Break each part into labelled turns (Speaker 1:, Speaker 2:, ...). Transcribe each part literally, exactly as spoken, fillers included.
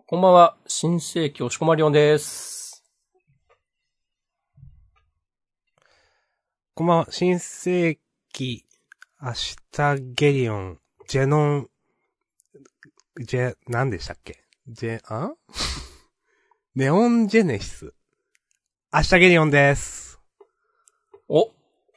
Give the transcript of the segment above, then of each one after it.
Speaker 1: こんばんは、新世紀押しこまりおんです。
Speaker 2: こんばんは、新世紀、明日ゲリオン、ジェノン、ジェ、何でしたっけジェ、あネオンジェネシス。明日ゲリオンです。
Speaker 1: お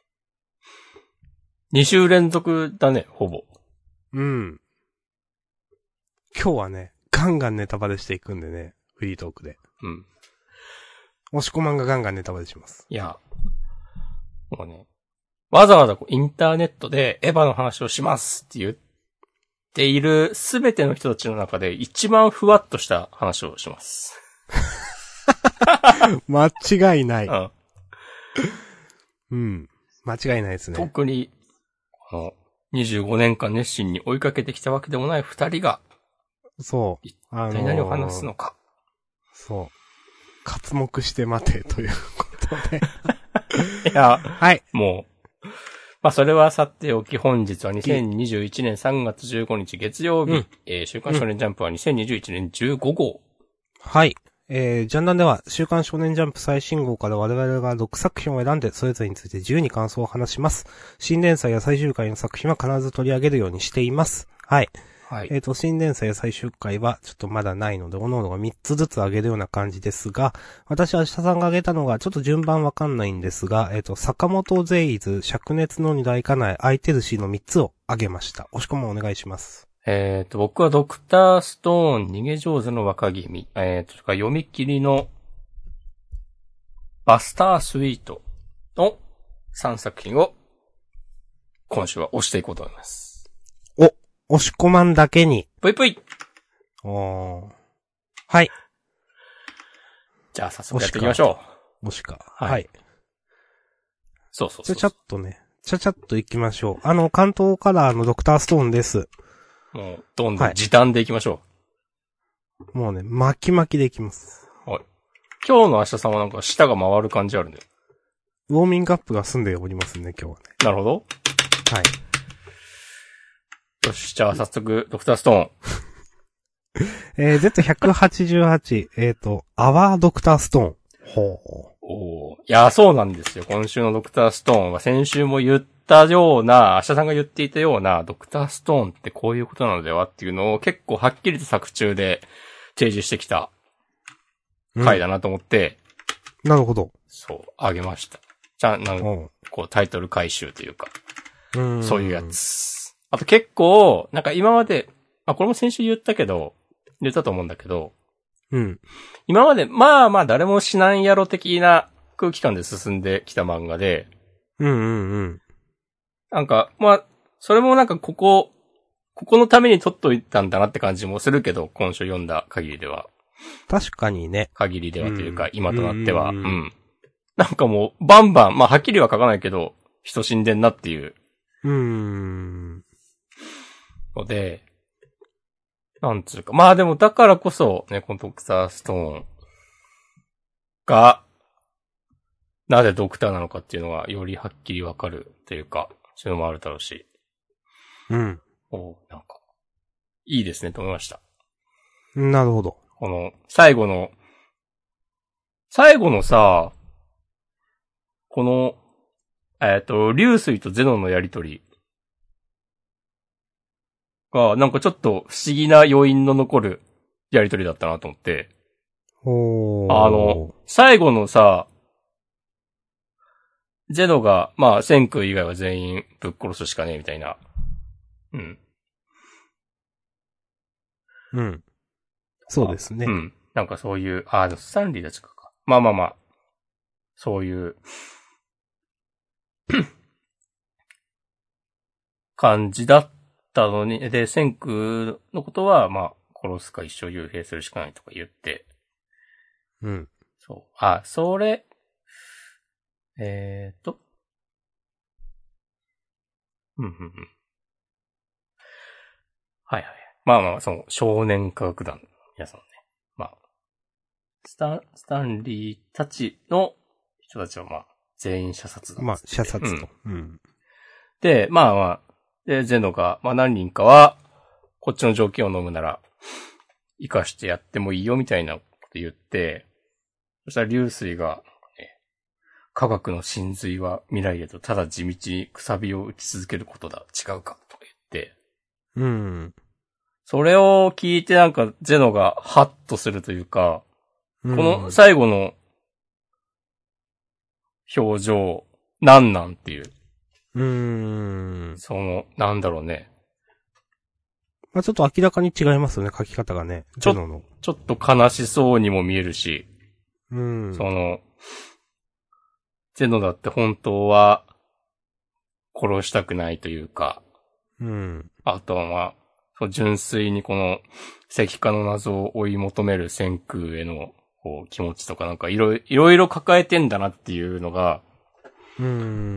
Speaker 1: に週連続だね、ほぼ。
Speaker 2: うん。今日はね、ガンガンネタバレしていくんでね、フリートークで。
Speaker 1: うん。
Speaker 2: 押し込まんがガンガンネタバレします。
Speaker 1: いや、もうね、わざわざこうインターネットでエヴァの話をしますって言っているすべての人たちの中で一番ふわっとした話をします。
Speaker 2: 間違いない。
Speaker 1: うん。
Speaker 2: うん。間違いないですね。
Speaker 1: 特に、このにじゅうごねんかん熱心に追いかけてきたわけでもない二人が、
Speaker 2: そう。
Speaker 1: あのー、一体何を話すのか。
Speaker 2: そう。刮目して待てということで。
Speaker 1: いや、
Speaker 2: はい。
Speaker 1: もう、まあそれはさておき本日はにせんにじゅういちねんさんがつじゅうごにち月曜日、うん、えー、週刊少年ジャンプはにせんにじゅういちねんじゅうごごう。
Speaker 2: はい。えー、ジャンダンでは週刊少年ジャンプ最新号から我々がろくさくひんを選んでそれぞれについて自由に感想を話します。新連載や最終回の作品は必ず取り上げるようにしています。はい。はい。えっと、新連載や最終回はちょっとまだないので、各々がみっつずつ上げるような感じですが、私は明日さんが上げたのがちょっと順番わかんないんですが、えっと、坂本ゼイズ、灼熱の二大家内、空いてるしのみっつを上げました。押し込まお願いします。
Speaker 1: えっと、僕はドクターストーン、逃げ上手の若君、えっと、読み切りのバスタースイートのさんさく品を今週は押していこうと思います。
Speaker 2: お、押し込まんだけに。
Speaker 1: ぷいぷい。
Speaker 2: おー。はい。
Speaker 1: じゃあ早速やっていきましょ
Speaker 2: う。もしか。
Speaker 1: はい。はい、そうそうそうそう。
Speaker 2: ちゃちゃっとね、ちゃちゃっと行きましょう。あの、関東カラーのドクターストーンです。
Speaker 1: もう、どんどん時短でいきましょ
Speaker 2: う。はい、もうね、巻き巻きでいきます。
Speaker 1: はい。今日の明日さんはなんか舌が回る感じあるね。
Speaker 2: ウォーミングアップが済んでおりますね、今日はね。
Speaker 1: なるほど。
Speaker 2: はい。
Speaker 1: よし、じゃあ早速、ドクターストーン。
Speaker 2: えー、ゼットひゃくはちじゅうはち、えっと、アワードクターストーン。ほう。
Speaker 1: おー。いや、そうなんですよ。今週のドクターストーンは先週も言ったような、明日さんが言っていたような、ドクターストーンってこういうことなのではっていうのを結構はっきりと作中で提示してきた回だなと思って、
Speaker 2: うん、なるほど。
Speaker 1: そう、あげました。じゃあ、なんか、こうタイトル回収というか、
Speaker 2: うん
Speaker 1: そういうやつ。あと結構、なんか今まで、まあこれも先週言ったけど、言ったと思うんだけど、
Speaker 2: うん。
Speaker 1: 今まで、まあまあ誰もしないやろ的な空気感で進んできた漫画で、
Speaker 2: うんうんうん。
Speaker 1: なんか、まあ、それもなんかここ、ここのために撮っといたんだなって感じもするけど、今週読んだ限りでは。
Speaker 2: 確かにね。
Speaker 1: 限りではというか、うん、今となっては、うん、うんうん。なんかもう、バンバン、まあはっきりは書かないけど、人死んでんなっていう。
Speaker 2: うーん。
Speaker 1: ので、なんつうか。まあでもだからこそ、ね、このドクターストーンが、なぜドクターなのかっていうのがよりはっきりわかるというか、そういうのもあるだろうし。
Speaker 2: うん。
Speaker 1: おなんか、いいですねと思いました。
Speaker 2: なるほど。
Speaker 1: この、最後の、最後のさ、この、えっと、流水とゼノのやりとりが、なんかちょっと不思議な余韻の残るやりとりだったなと思って。
Speaker 2: おー。
Speaker 1: あの、最後のさ、ゼノが、まあ、千空以外は全員ぶっ殺すしかねえみたいな。うん。
Speaker 2: うん。そうですね。
Speaker 1: うん。なんかそういう、あ、あスタンリーだちかか。まあまあまあ。そういう、感じだったのに、で、千空のことは、まあ、殺すか一生幽閉するしかないとか言って。
Speaker 2: うん。
Speaker 1: そう。あ、それ、えーと。うん、うん、うん。はいはい。まあまあ、その、少年科学団、皆さんね。まあ、スタン、スタンリーたちの人たちはまあ、全員射殺だ。
Speaker 2: まあ、射殺と、
Speaker 1: うん。
Speaker 2: うん。
Speaker 1: で、まあまあ、で、ゼノが、まあ何人かは、こっちの条件を飲むなら、 生かしてやってもいいよみたいなこと言って、そしたら流水が、ね、科学の真髄は未来へとただ地道にくさびを打ち続けることだ。違うかとか言って。
Speaker 2: うん。
Speaker 1: それを聞いてなんかゼノがハッとするというか、
Speaker 2: うん、
Speaker 1: この最後の表情、なんなんっていう。
Speaker 2: うーん。
Speaker 1: その、なんだろうね。
Speaker 2: まあ、ちょっと明らかに違いますよね、書き方がね。
Speaker 1: ちょ
Speaker 2: ゼノの。
Speaker 1: ちょっと悲しそうにも見えるし、
Speaker 2: うん。
Speaker 1: その、ゼノだって本当は殺したくないというか、
Speaker 2: うん。
Speaker 1: あとはまあ、そう純粋にこの石化の謎を追い求める先空へのこう気持ちとかなんかいろいろいろ抱えてんだなっていうのが、
Speaker 2: うん。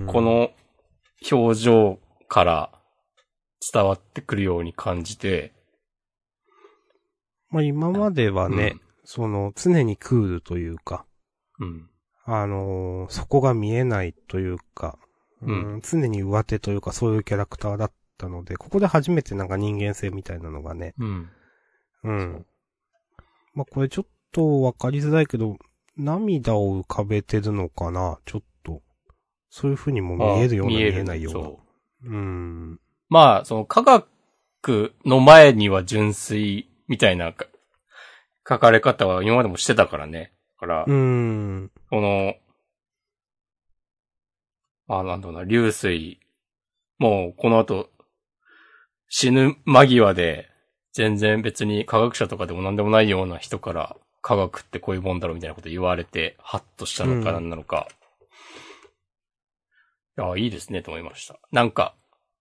Speaker 1: この表情から伝わってくるように感じて、
Speaker 2: まあ、今まではね、うん、その、常にクールというか、
Speaker 1: うん。
Speaker 2: あのー、そこが見えないというか、うん、うん、常に上手というかそういうキャラクターだったので、ここで初めてなんか人間性みたいなのがね、
Speaker 1: うん。
Speaker 2: うん。まあ、これちょっとわかりづらいけど、涙を浮かべてるのかなちょっと。そういう風にも見えるような見えないような。そう。うん。
Speaker 1: まあ、その科学の前には純粋みたいな書かれ方は今までもしてたからね。だから、
Speaker 2: うん。
Speaker 1: この、あ、なんだろうな、流水、もうこの後、死ぬ間際で、全然別に科学者とかでもなんでもないような人から、科学ってこういうもんだろうみたいなこと言われて、ハッとしたのかなんなのか。うん、いや、いいですねと思いました。なんか、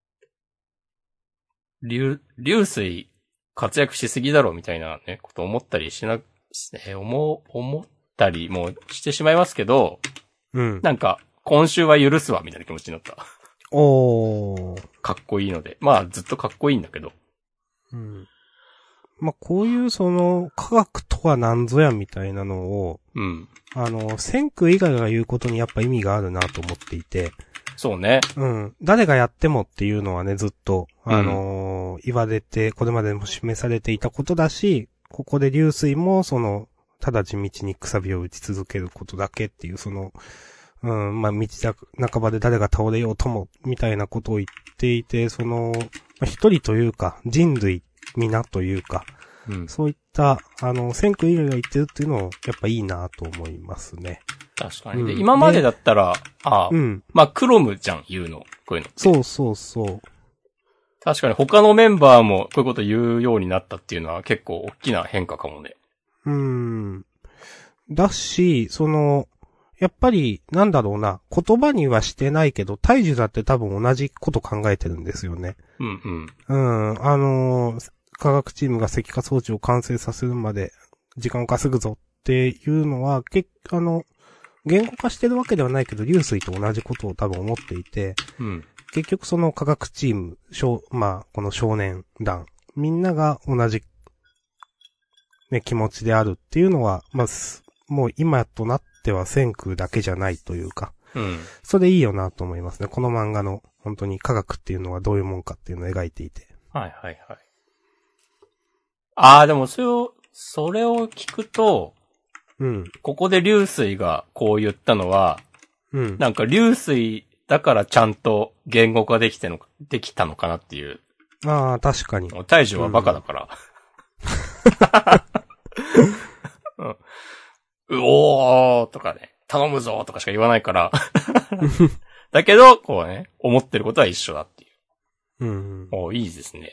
Speaker 1: 流、流水活躍しすぎだろうみたいなね、こと思ったりしな、え、思、思ったりもしてしまいますけど、
Speaker 2: うん。
Speaker 1: なんか、今週は許すわ、みたいな気持ちになった。
Speaker 2: おー。
Speaker 1: かっこいいので。まあ、ずっとかっこいいんだけど。
Speaker 2: うん。まあ、こういうその、科学とは何ぞやみたいなのを、
Speaker 1: うん。
Speaker 2: あの、先空以外が言うことにやっぱ意味があるなと思っていて。
Speaker 1: そうね。
Speaker 2: うん。誰がやってもっていうのはね、ずっと、あのーうん、言われて、これまでも示されていたことだし、ここで流水も、その、ただ地道にくさびを打ち続けることだけっていう、その、うん、まあ、道半ばで誰が倒れようとも、みたいなことを言っていて、その、まあ、一人というか、人類、皆というか、うん、そういった、あの、先空以外が言ってるっていうのを、やっぱいいなと思いますね。
Speaker 1: 確かに。で、うん、今までだったら、ああ、うん。まあ、クロムじゃん、言うの。こういうの。
Speaker 2: そうそうそう。
Speaker 1: 確かに他のメンバーもこういうこと言うようになったっていうのは結構大きな変化かもね。
Speaker 2: うーん。だし、その、やっぱり、なんだろうな、言葉にはしてないけど、大樹だって多分同じこと考えてるんですよね。
Speaker 1: うんうん。
Speaker 2: うん、あのー、科学チームが石化装置を完成させるまで時間を稼ぐぞっていうのは、けあの、言語化してるわけではないけど、流水と同じことを多分思っていて、
Speaker 1: うん、
Speaker 2: 結局その科学チーム、少まあ、この少年団、みんなが同じ、ね、気持ちであるっていうのは、まあ、もう今となっては先空だけじゃないというか、
Speaker 1: うん。
Speaker 2: それいいよなと思いますね。この漫画の本当に科学っていうのはどういうもんかっていうのを描いていて。
Speaker 1: はいはいはい。ああ、でもそれを、それを聞くと、
Speaker 2: うん。
Speaker 1: ここで流水がこう言ったのは、
Speaker 2: うん。
Speaker 1: なんか流水だからちゃんと言語化できての、できたのかなっていう。
Speaker 2: ああ、確かに。
Speaker 1: 大樹はバカだから。うん、うおーとかね、頼むぞとかしか言わないから。だけど、こうね、思ってることは一緒だっていう。
Speaker 2: うん。
Speaker 1: おいいですね。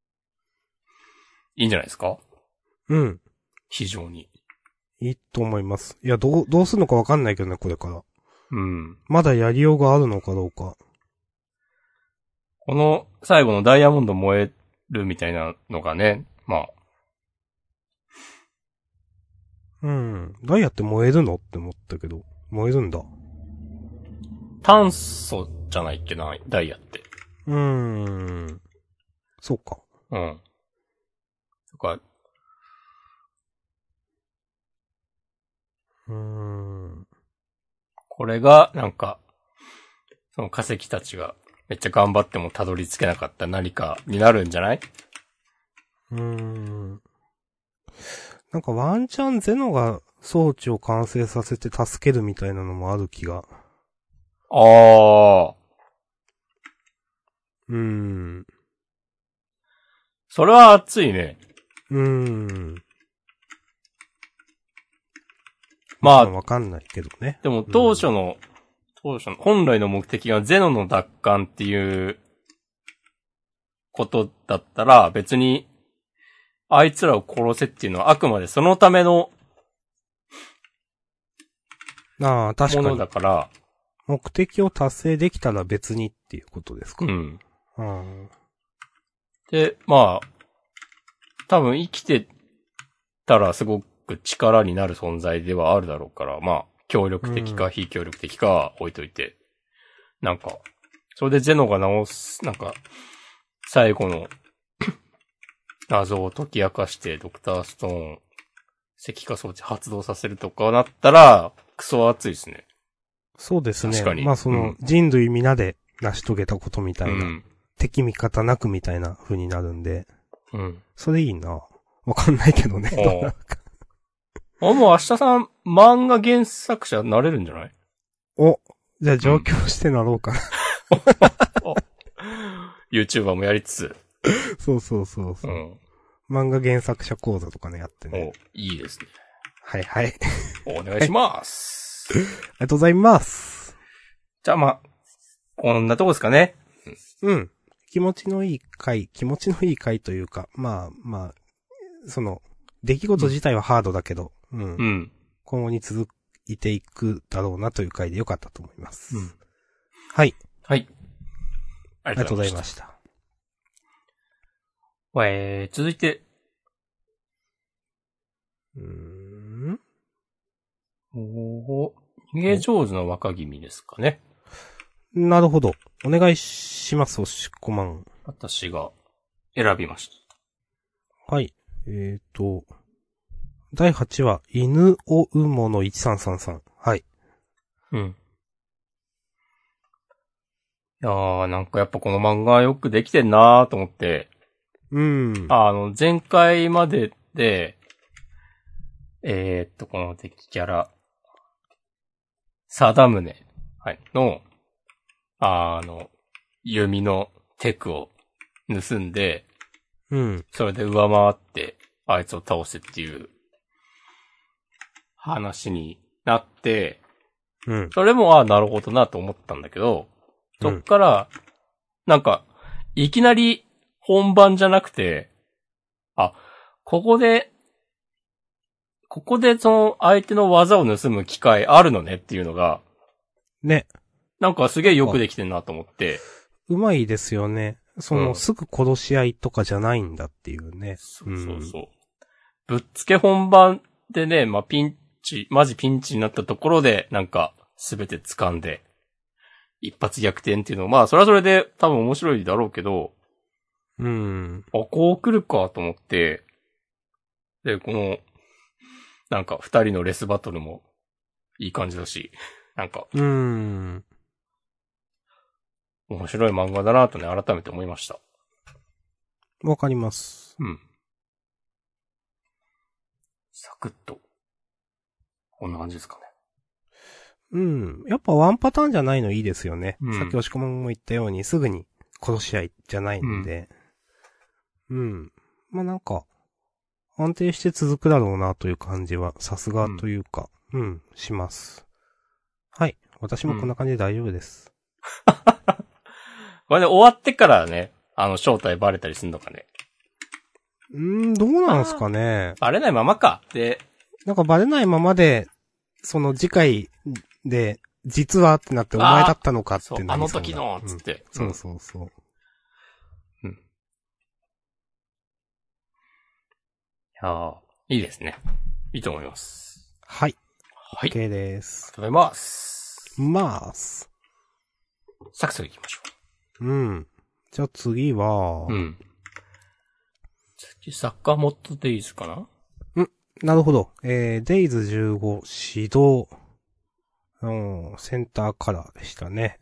Speaker 1: いいんじゃないですか？
Speaker 2: うん。
Speaker 1: 非常に。
Speaker 2: いいと思います。いや、どう、どうするのかわかんないけどね、これから。
Speaker 1: うん。
Speaker 2: まだやりようがあるのかどうか。
Speaker 1: この最後のダイヤモンド燃えるみたいなのがね、まあ。
Speaker 2: うん。ダイヤって燃えるのって思ったけど、燃えるんだ。
Speaker 1: 炭素じゃないっけな、ダイヤって。
Speaker 2: うーん。そうか。
Speaker 1: うん。とか、
Speaker 2: うーん。
Speaker 1: これが、なんか、その化石たちがめっちゃ頑張ってもたどり着けなかった何かになるんじゃない？
Speaker 2: うーん。 なんかワンチャンゼノが装置を完成させて助けるみたいなのもある気が。
Speaker 1: ああ。
Speaker 2: うーん。
Speaker 1: それは熱いね。
Speaker 2: うーん。
Speaker 1: まあ、
Speaker 2: わかんないけどね。
Speaker 1: でも当初の、うん、当初の、本来の目的がゼノの奪還っていうことだったら、別に、あいつらを殺せっていうのはあくまでそのための、
Speaker 2: ああ、確かに。
Speaker 1: ものだから、
Speaker 2: 目的を達成できたら別にっていうことですか。
Speaker 1: うん。
Speaker 2: うん、
Speaker 1: で、まあ、多分生きてたらすごく力になる存在ではあるだろうから、まあ、協力的か非協力的かは置いといて。うん、なんか、それでゼノが直す、なんか、最後の謎を解き明かしてドクターストーン、石化装置発動させるとかなったら、クソ熱いですね。
Speaker 2: そうですね。
Speaker 1: 確かに。
Speaker 2: まあその、うん、人類皆で成し遂げたことみたいな、うん、敵味方なくみたいな風になるんで。
Speaker 1: うん。
Speaker 2: それいいな。わかんないけどね。どうなるか。
Speaker 1: あ、もう明日さん、漫画原作者なれるんじゃない？
Speaker 2: お、じゃあ上京してなろうかな。
Speaker 1: うん、YouTuber もやりつつ。
Speaker 2: そうそうそうそう、うん。漫画原作者講座とかね、やってね。
Speaker 1: お、いいですね。
Speaker 2: はいはい。
Speaker 1: お願いします。
Speaker 2: はい、ありがとうございます。
Speaker 1: じゃあまあ、こんなとこですかね。
Speaker 2: うん。気持ちのいい回、気持ちのいい回というか、まあまあ、その、出来事自体はハードだけど、うん。うん、今後に続いていくだろうなという回でよかったと思います。うん、はい。
Speaker 1: はい。
Speaker 2: ありがとうございました。
Speaker 1: えー、続いて。
Speaker 2: うーん。
Speaker 1: おー、逃げ上手の若君ですかね。
Speaker 2: なるほど。お願いします、おしっこまん。
Speaker 1: 私が選びました。
Speaker 2: はい。えーと、だいはちわ、犬をうものいちさんさんさん。はい。
Speaker 1: うん。いやー、なんかやっぱこの漫画よくできてんなーと思って。
Speaker 2: うん。
Speaker 1: あの、前回までで、えー、っと、この敵キャラ、貞宗、はい、の、あの、弓のテクを盗んで、
Speaker 2: うん。
Speaker 1: それで上回って、あいつを倒せっていう、話になって、
Speaker 2: うん。
Speaker 1: それも、ああ、なるほどなと思ったんだけど、そっから、なんか、いきなり本番じゃなくて、あ、ここで、ここでその相手の技を盗む機会あるのねっていうのが、
Speaker 2: ね。
Speaker 1: なんかすげえよくできてんなと思って。
Speaker 2: うまいですよね。その、うん、すぐ殺し合いとかじゃないんだっていうね。
Speaker 1: そうそうそう。うん、ぶっつけ本番でね、まあ、ピンチ、マジピンチになったところで、なんか、すべて掴んで、一発逆転っていうのは、まあ、それはそれで多分面白いだろうけど、
Speaker 2: うん。
Speaker 1: あ、こう来るかと思って、で、この、なんか、二人のレスバトルも、いい感じだし、なんか、
Speaker 2: うん。
Speaker 1: 面白い漫画だなとね、改めて思いました。
Speaker 2: わかります。
Speaker 1: うん。サクッと。こんな感じですかね。
Speaker 2: うん。やっぱワンパターンじゃないのいいですよね。
Speaker 1: うん、
Speaker 2: さっき押し込まんも言ったように、すぐに殺し合いじゃないんで。うん。うん、まあ、なんか、安定して続くだろうなという感じは、さすがというか、うん、うん、します。はい。私もこんな感じで大丈夫です。
Speaker 1: うん、これで終わってからね、あの、正体バレたりすんのかね。
Speaker 2: うーん、どうなんすかね。
Speaker 1: バレないままか。で、
Speaker 2: なんかバレないままで、その次回で、実はってなってお前だったのかってなりそうな。
Speaker 1: あの時の、つって、
Speaker 2: うん。そうそうそう。
Speaker 1: うん。いやー、いいですね。いいと思います。
Speaker 2: はい。
Speaker 1: はい。
Speaker 2: OK です。
Speaker 1: ありがとうございます。
Speaker 2: まーす。
Speaker 1: サクサク行きましょ
Speaker 2: う。うん。じゃあ次は、
Speaker 1: うん。次、坂本デイズかな？
Speaker 2: うん。なるほど。えー、デイズじゅうご、指導。うん、センターカラーでしたね。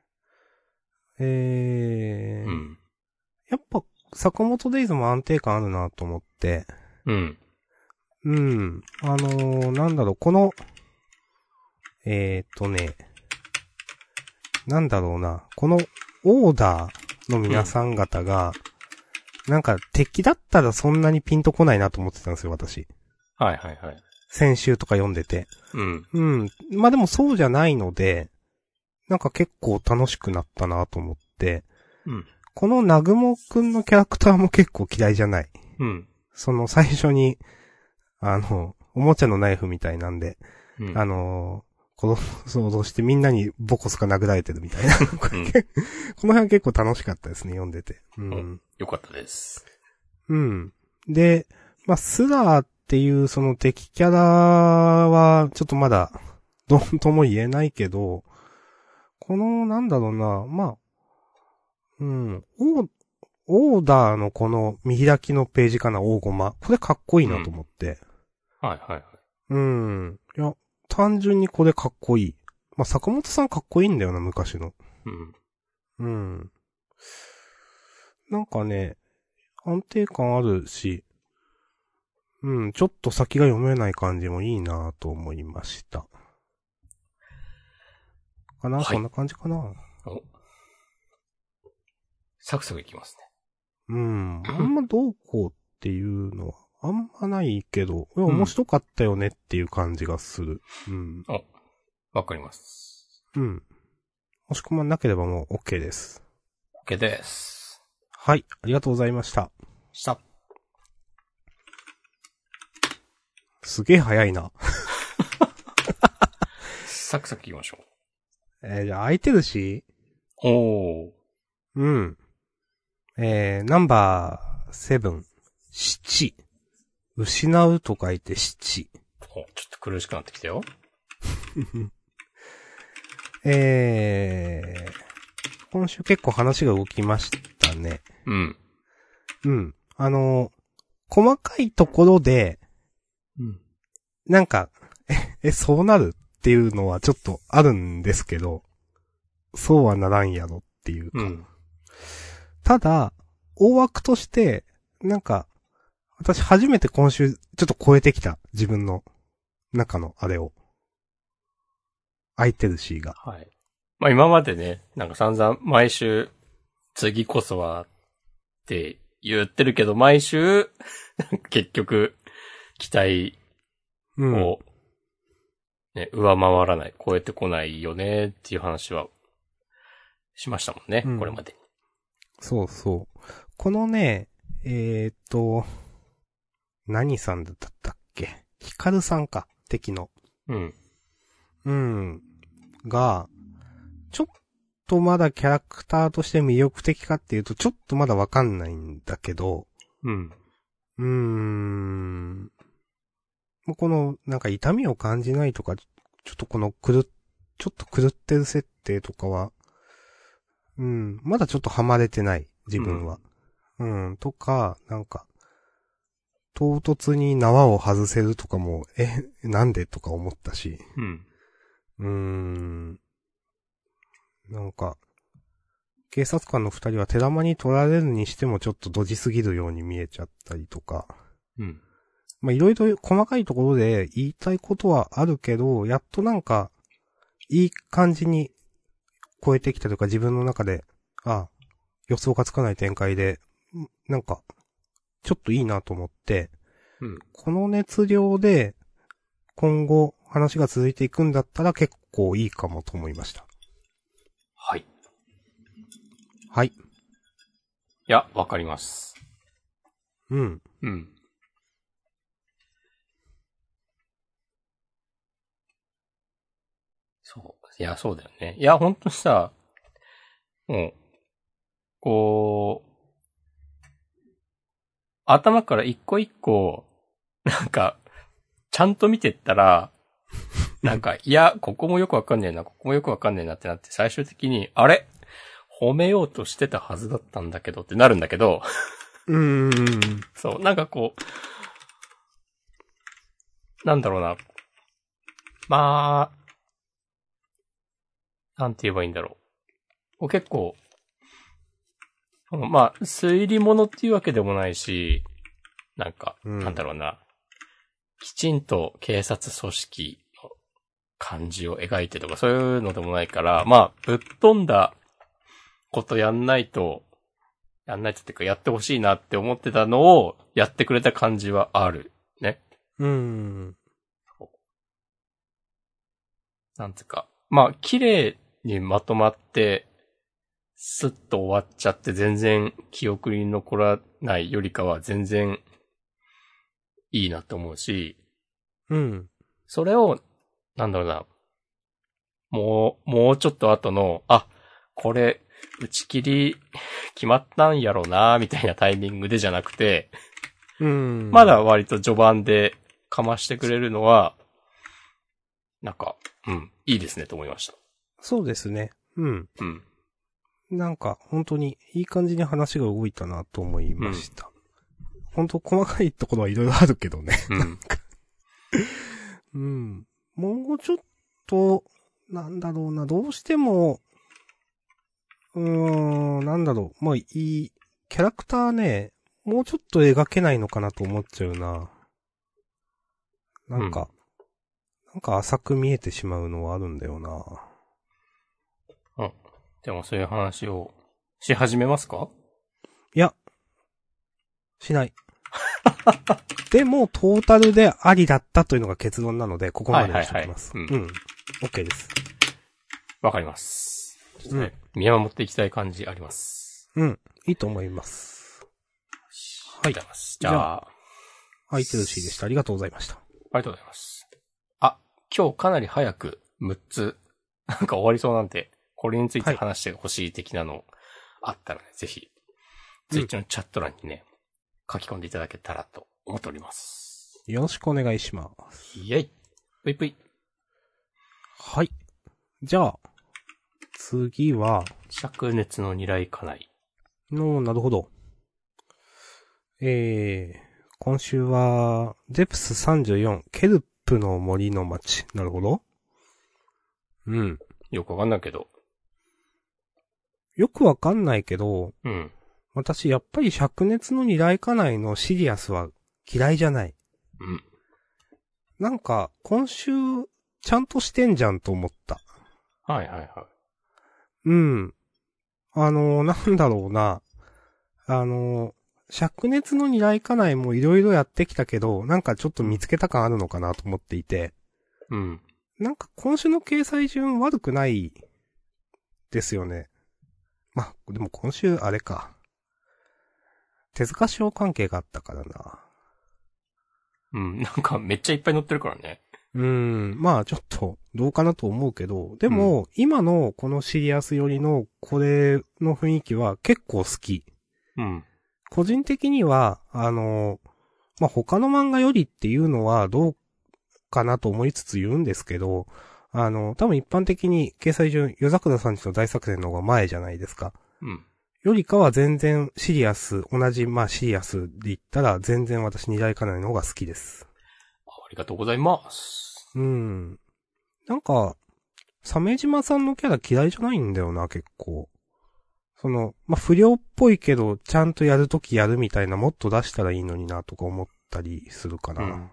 Speaker 2: えー、うん。やっぱ、坂本デイズも安定感あるなと思って。
Speaker 1: うん。
Speaker 2: うん。あのー、なんだろう、この、えーっとね、なんだろうな、このオーダーの皆さん方が、うん、なんか敵だったらそんなにピンとこないなと思ってたんですよ、私。
Speaker 1: はいはいはい。
Speaker 2: 先週とか読んでて。
Speaker 1: うん。
Speaker 2: うん。まあでもそうじゃないので、なんか結構楽しくなったなと思って、
Speaker 1: うん。
Speaker 2: このナグモくんのキャラクターも結構嫌いじゃない。
Speaker 1: うん。
Speaker 2: その最初に、あの、おもちゃのナイフみたいなんで、
Speaker 1: うん、
Speaker 2: あのー、殺そうしてみんなにボコスか殴られてるみたいな。この辺は結構楽しかったですね、読んでて。うん。
Speaker 1: よかったです。
Speaker 2: うん。で、まあ、スラーっていうその敵キャラは、ちょっとまだ、どんとも言えないけど、この、なんだろうな、まあ、うん、オー、オーダーのこの見開きのページかな、大駒。これかっこいいなと思って。
Speaker 1: うん、はいはいはい。
Speaker 2: うん。いや、単純にこれかっこいい。まあ、坂本さんかっこいいんだよな、昔の。
Speaker 1: うん。
Speaker 2: うん。なんかね、安定感あるし、うん、ちょっと先が読めない感じもいいなと思いました。かな、はい、そんな感じかな。お、
Speaker 1: サクサクいきますね。
Speaker 2: うん。あんまどうこうっていうのは、あんまないけど、いや面白かったよねっていう感じがする。うん。
Speaker 1: お、わかります。
Speaker 2: うん。もし込まなければもう OK です。
Speaker 1: OK です。
Speaker 2: はい、ありがとうございました。
Speaker 1: した。
Speaker 2: すげえ早いな。
Speaker 1: サクサク言いましょう。
Speaker 2: えー、じゃあ空いてるし。
Speaker 1: おー。
Speaker 2: うん。えー、ナンバーセブン。七。失うと書いて七。
Speaker 1: お、ちょっと苦しくなってきたよ。
Speaker 2: えー、今週結構話が動きましたね。
Speaker 1: うん。
Speaker 2: うん。あの、細かいところで、
Speaker 1: うん。
Speaker 2: なんか、え、え、そうなるっていうのはちょっとあるんですけど、そうはならんやろっていうか。うん、ただ、大枠として、なんか、私初めて今週ちょっと超えてきた。自分の中のあれを。空いてるシーが。
Speaker 1: はい。まあ今までね、なんか散々毎週、次こそはって言ってるけど、毎週、結局、期待を、ね、うん、上回らない、超えてこないよねっていう話は、しましたもんね、うん、これまでに。
Speaker 2: そうそう。このね、えー、っと、何さんだったっけ？ヒカルさんか、敵の。
Speaker 1: うん。
Speaker 2: うん。が、ちょっとまだキャラクターとして魅力的かっていうと、ちょっとまだわかんないんだけど、
Speaker 1: うん。
Speaker 2: うーん。この、なんか痛みを感じないとか、ちょっとこの狂っ、ちょっと狂ってる設定とかは、うん、まだちょっとハマれてない、自分は。うん、うん、とか、なんか、唐突に縄を外せるとかも、え、なんでとか思ったし。
Speaker 1: うん。
Speaker 2: うーん。なんか、警察官の二人は手玉に取られるにしてもちょっとドジすぎるように見えちゃったりとか。
Speaker 1: うん。
Speaker 2: まあ、いろいろ細かいところで言いたいことはあるけど、やっとなんか、いい感じに超えてきたとか自分の中で、あ、予想がつかない展開で、なんか、ちょっといいなと思って、
Speaker 1: うん、
Speaker 2: この熱量で、今後話が続いていくんだったら結構いいかもと思いました。
Speaker 1: はい。
Speaker 2: はい。い
Speaker 1: や、わかります。
Speaker 2: うん。
Speaker 1: うん。そう。いや、そうだよね。いや、ほんとさ、もう、こう、頭から一個一個、なんか、ちゃんと見てったら、なんか、いや、ここもよくわかんねえな、ここもよくわかんねえなってなって、最終的に、あれ褒めようとしてたはずだったんだけどってなるんだけど、
Speaker 2: うーん。
Speaker 1: そう、なんかこう、なんだろうな。まあ、なんて言えばいいんだろう。結構、まあ、推理物っていうわけでもないし、なんか、
Speaker 2: うん、
Speaker 1: なんだろうな。 きちんと警察組織の感じを描いてとかそういうのでもないから、まあ、ぶっ飛んだことやんないと、やんないとっていうかやってほしいなって思ってたのをやってくれた感じはある。ね。
Speaker 2: うーん。
Speaker 1: なんつうか。まあ、綺麗にまとまって、スッと終わっちゃって全然記憶に残らないよりかは全然いいなと思うし、
Speaker 2: うん。
Speaker 1: それを、なんだろうな、もう、もうちょっと後の、あ、これ、打ち切り決まったんやろな、みたいなタイミングでじゃなくて、
Speaker 2: うん。
Speaker 1: まだ割と序盤でかましてくれるのは、なんか、うん、いいですねと思いました。
Speaker 2: そうですね。うん。
Speaker 1: うん。
Speaker 2: なんか、本当にいい感じに話が動いたなと思いました。うん、本当細かいところはいろいろあるけどね。
Speaker 1: うん。
Speaker 2: うん。もうちょっと、なんだろうな、どうしても、うーん、なんだろう、まあいい、キャラクターね、もうちょっと描けないのかなと思っちゃうな。なんか、うん、なんか浅く見えてしまうのはあるんだよな。
Speaker 1: うん。でもそういう話をし始めますか？
Speaker 2: いや、しない。でも、トータルでありだったというのが結論なので、ここまでにしておきます。はいはいはい、うん。うん。OK です。
Speaker 1: わかります。ちょっとね、うん、見守っていきたい感じあります。
Speaker 2: うん。いいと思います。
Speaker 1: はい。じゃあ、じゃあ
Speaker 2: 空いてるしでした。ありがとうございました。
Speaker 1: ありがとうございます。あ、今日かなり早くむっつ、なんか終わりそうなんで、これについて話してほしい的なのあったらね、はい、ぜひ、ツイッチのチャット欄にね、うん、書き込んでいただけたらと思っております。
Speaker 2: よろしくお願いします。
Speaker 1: イェイ。ぷいぷい。
Speaker 2: はい。じゃあ、次は、
Speaker 1: 灼熱の二来家内。
Speaker 2: の、なるほど。えー、今週は、デプスさんじゅうよん、ケルプの森の町。なるほど。うん。
Speaker 1: よくわかんないけど。
Speaker 2: よくわかんないけど、
Speaker 1: うん。
Speaker 2: 私、やっぱり灼熱の二来家内のシリアスは嫌いじゃない。
Speaker 1: うん。
Speaker 2: なんか、今週、ちゃんとしてんじゃんと思った。
Speaker 1: はいはいはい。
Speaker 2: うん。あの、なんだろうな。あの、灼熱の二来家内もいろいろやってきたけど、なんかちょっと見つけた感あるのかなと思っていて。
Speaker 1: うん。
Speaker 2: なんか今週の掲載順悪くないですよね。まあ、でも今週あれか。手塚賞関係があったからな。
Speaker 1: うん、なんかめっちゃいっぱい載ってるからね。
Speaker 2: うーん、まあちょっとどうかなと思うけど、でも、うん、今のこのシリアス寄りのこれの雰囲気は結構好き。
Speaker 1: うん。
Speaker 2: 個人的には、あの、まあ他の漫画よりっていうのはどうかなと思いつつ言うんですけど、あの、多分一般的に掲載順、夜桜さんちの大作戦の方が前じゃないですか。
Speaker 1: うん。
Speaker 2: よりかは全然シリアス、同じ、まあシリアスで言ったら全然私二来家内の方が好きです。
Speaker 1: ありがとうございます。
Speaker 2: うん。なんか、鮫島さんのキャラ嫌いじゃないんだよな、結構。その、まあ、不良っぽいけど、ちゃんとやるときやるみたいなもっと出したらいいのにな、とか思ったりするかな。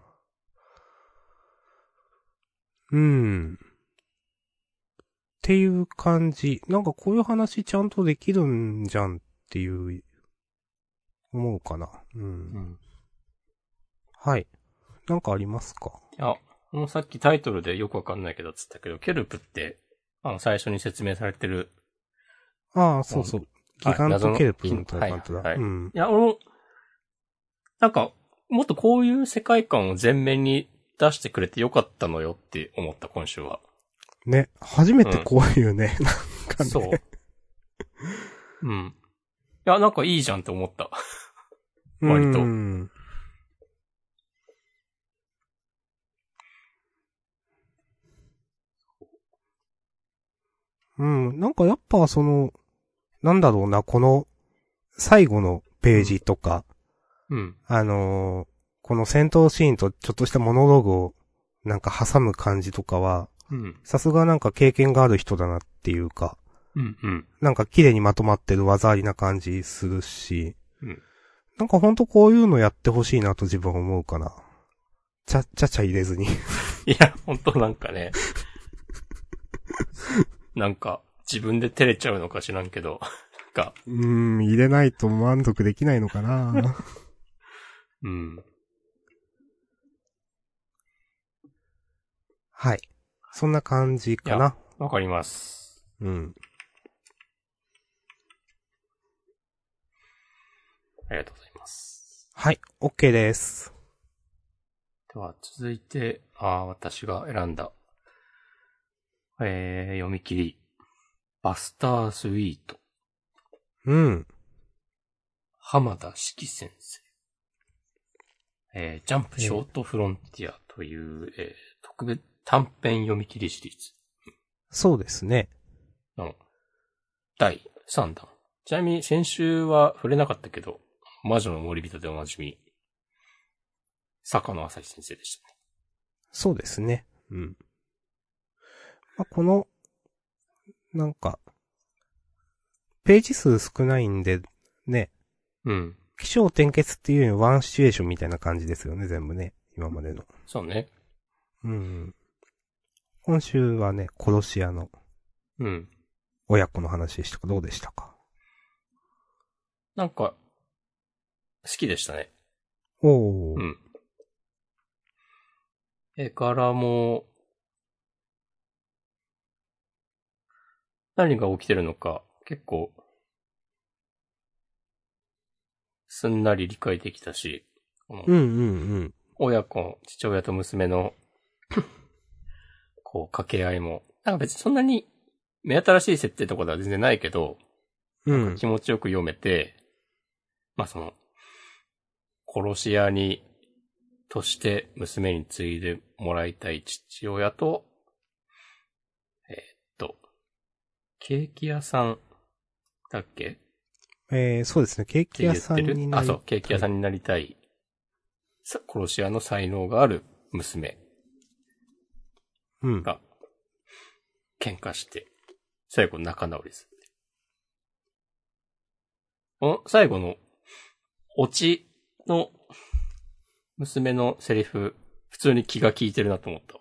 Speaker 2: うん。うん。っていう感じ。なんかこういう話ちゃんとできるんじゃんっていう、思うかな。うん。うん、はい。なんかありますか？
Speaker 1: いや、もうさっきタイトルでよくわかんないけどつったけど、ケルプって、あの、最初に説明されてる。
Speaker 2: ああ、そうそう。ギガントケルプみたいな感じだ。
Speaker 1: はいはい、
Speaker 2: うん。
Speaker 1: いや、俺も、なんか、もっとこういう世界観を前面に出してくれてよかったのよって思った、今週は。
Speaker 2: ね。初めてこういうね、うん、なんかね。
Speaker 1: そう。うん。いや、なんかいいじゃんって思った。割と。
Speaker 2: うんうん。なんかやっぱその、なんだろうな、この、最後のページとか、
Speaker 1: うん。うん、
Speaker 2: あのー、この戦闘シーンとちょっとしたモノローグを、なんか挟む感じとかは、
Speaker 1: うん。
Speaker 2: さすがなんか経験がある人だなっていうか、
Speaker 1: うんうん。
Speaker 2: なんか綺麗にまとまってる技ありな感じするし、
Speaker 1: うん。
Speaker 2: なんかほんとこういうのやってほしいなと自分は思うかな。 ちゃ、ちゃちゃ入れずに。
Speaker 1: いや、ほんとなんかね、なんか、自分で照れちゃうのか知らんけど、なんか。
Speaker 2: うーん、入れないと満足できないのかな
Speaker 1: うん。
Speaker 2: はい。そんな感じかな。
Speaker 1: わかります。
Speaker 2: うん。
Speaker 1: ありがとうございます。
Speaker 2: はい、OK です。
Speaker 1: では、続いて、あ私が選んだ、えー、読み切り。バスタースイート。
Speaker 2: うん。
Speaker 1: 浜田式先生。えー、ジャンプショートフロンティアという、えー、特別短編読み切りシリーズ。
Speaker 2: そうですね。
Speaker 1: のだいさんだん。ちなみに先週は触れなかったけど、魔女の森人でおなじみ、坂野朝日先生でしたね。
Speaker 2: そうですね。うん。まあ、この、なんか、ページ数少ないんで、ね。
Speaker 1: うん。
Speaker 2: 起承転結っていうよりワンシチュエーションみたいな感じですよね、全部ね。今までの。
Speaker 1: そうね。
Speaker 2: うん。今週はね、殺し屋の
Speaker 1: うん。
Speaker 2: 親子の話でしたか？どうでしたか？
Speaker 1: なんか、好きでしたね。
Speaker 2: おー。
Speaker 1: うん。絵柄も、何が起きてるのか、結構、すんなり理解できたし、この
Speaker 2: うんうんうん。
Speaker 1: 親子、父親と娘の、こう、掛け合いも、なんか別にそんなに目新しい設定とかでは全然ないけど、
Speaker 2: うん
Speaker 1: なんか気。持ちよく読めて、まあその、殺し屋に、として娘に継いでもらいたい父親と、えーっと、ケーキ屋さんだっけ
Speaker 2: えー、そうですね。ケーキ屋さんになり
Speaker 1: あ、そう、ケーキ屋さんになりたい、さ殺し屋の才能がある娘
Speaker 2: うん。
Speaker 1: が、喧嘩して、最後仲直りする。この最後の、オチの、娘のセリフ、普通に気が利いてるなと思ったわ。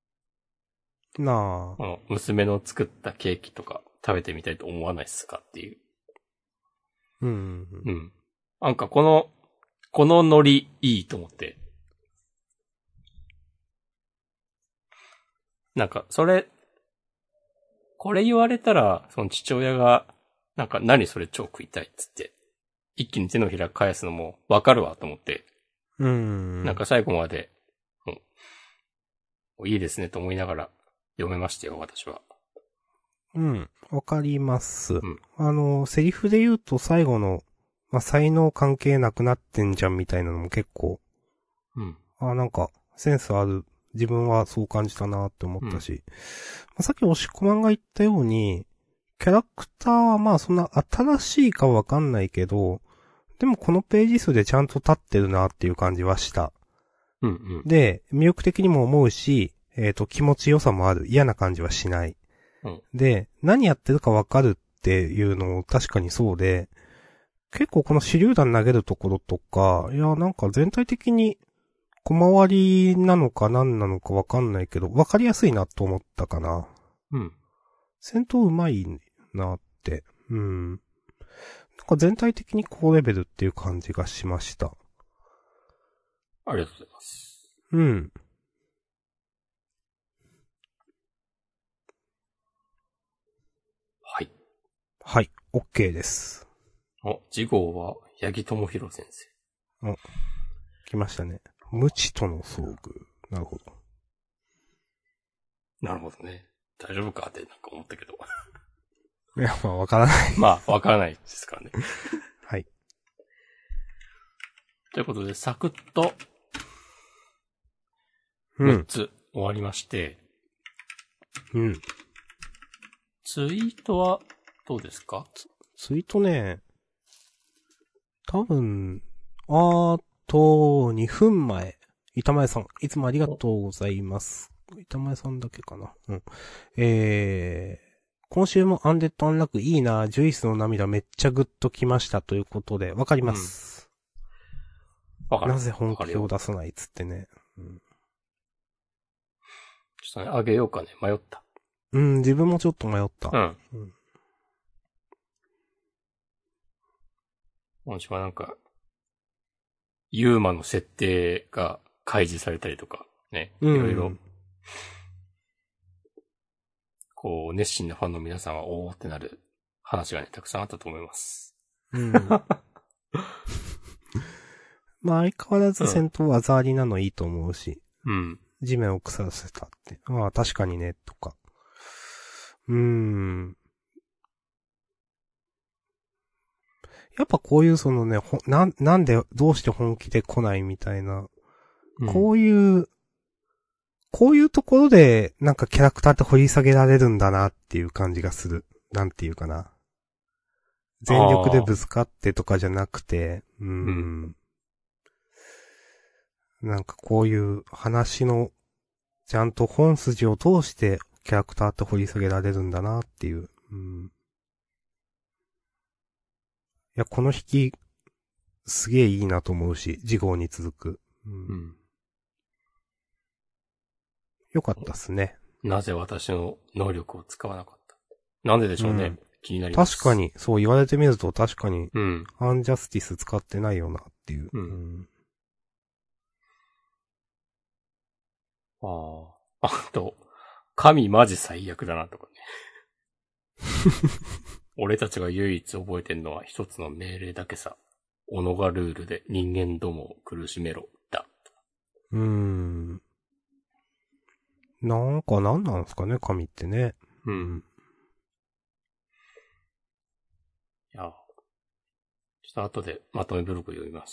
Speaker 2: なあ。
Speaker 1: この娘の作ったケーキとか食べてみたいと思わないっすかっていう。
Speaker 2: うんうんうん。
Speaker 1: うん。なんかこの、このノリいいと思って。なんか、それ、これ言われたら、その父親が、なんか何それ超食いたいっつって、一気に手のひら返すのもわかるわと思って。
Speaker 2: うん。
Speaker 1: なんか最後まで、うん、いいですねと思いながら読めましたよ、私は。
Speaker 2: うん。わかります。
Speaker 1: ん
Speaker 2: あの、セリフで言うと最後の、まあ、才能関係なくなってんじゃんみたいなのも結構、
Speaker 1: うん。
Speaker 2: あ、なんか、センスある。自分はそう感じたなって思ったし。まあ、さっき押し込まんが言ったように、キャラクターはまあそんな新しいかわかんないけど、でもこのページ数でちゃんと立ってるなっていう感じはした。
Speaker 1: うんうん。
Speaker 2: で、魅力的にも思うし、えっと、気持ちよさもある。嫌な感じはしない。
Speaker 1: うん、
Speaker 2: で、何やってるかわかるっていうのも確かにそうで、結構この手榴弾投げるところとか、いや、なんか全体的に小回りなのか何なのかわかんないけど、わかりやすいなと思ったかな。
Speaker 1: うん。
Speaker 2: 戦闘うまいなって。うん。なんか全体的に高レベルっていう感じがしました。
Speaker 1: ありがとうございます。
Speaker 2: うん。
Speaker 1: はい。
Speaker 2: はい、OK です。
Speaker 1: お、次号は、八木智博先生。
Speaker 2: お、来ましたね。無知との遭遇。なるほど。
Speaker 1: なるほどね。大丈夫かってなんか思ったけど。
Speaker 2: いや、まあわからない。
Speaker 1: まあ、わからないですからね。
Speaker 2: はい。
Speaker 1: ということで、サクッと、
Speaker 2: う
Speaker 1: むっ
Speaker 2: ん。
Speaker 1: つ終わりまして、
Speaker 2: うん。
Speaker 1: ツイートはどうですか？
Speaker 2: ツイートね、多分、あーと、にふんまえ。板前さん、いつもありがとうございます。板前さんだけかな。うん。えー、今週もアンデッドアンラックいいな、ジュイスの涙めっちゃグッときましたということで、わかります。
Speaker 1: わかる。
Speaker 2: なぜ本
Speaker 1: わかるよ
Speaker 2: 気を出さないっつってね。うん、
Speaker 1: ちょっとね、あげようかね。迷った。
Speaker 2: うん、自分もちょっと迷った。
Speaker 1: うん。
Speaker 2: うん。
Speaker 1: 今週はなんか、ユーマの設定が開示されたりとか、ね。いろいろ、こう、熱心なファンの皆さんは、おーってなる話がね、たくさんあったと思います。
Speaker 2: うん。まあ、相変わらず戦闘技ありなのいいと思うし。
Speaker 1: うん。
Speaker 2: 地面を腐らせたって。ああ、確かにね、とか。うーん。やっぱこういうそのね、ほ、なん、なんで、どうして本気で来ないみたいな。
Speaker 1: うん、
Speaker 2: こういう、こういうところで、なんかキャラクターって掘り下げられるんだなっていう感じがする。なんていうかな。全力でぶつかってとかじゃなくて、うーん。うん、なんかこういう話の、ちゃんと本筋を通してキャラクターって掘り下げられるんだなっていう。うん、いや、この引き、すげえいいなと思うし、次号に続く。うん。うん、よかったっすね。
Speaker 1: なぜ私の能力を使わなかった。なんででしょうね。うん、気になります。
Speaker 2: 確かに、そう言われてみると確かに、
Speaker 1: うん。
Speaker 2: アンジャスティス使ってないよなっていう。
Speaker 1: うん。うん、ああ。あと、神マジ最悪だなとかね。俺たちが唯一覚えてんのは一つの命令だけさ。オノガルールで人間どもを苦しめろ。だ。
Speaker 2: うーん。なんか何なんですかね、神ってね。
Speaker 1: うん。いや、ちょっと後でまとめブログ読みます。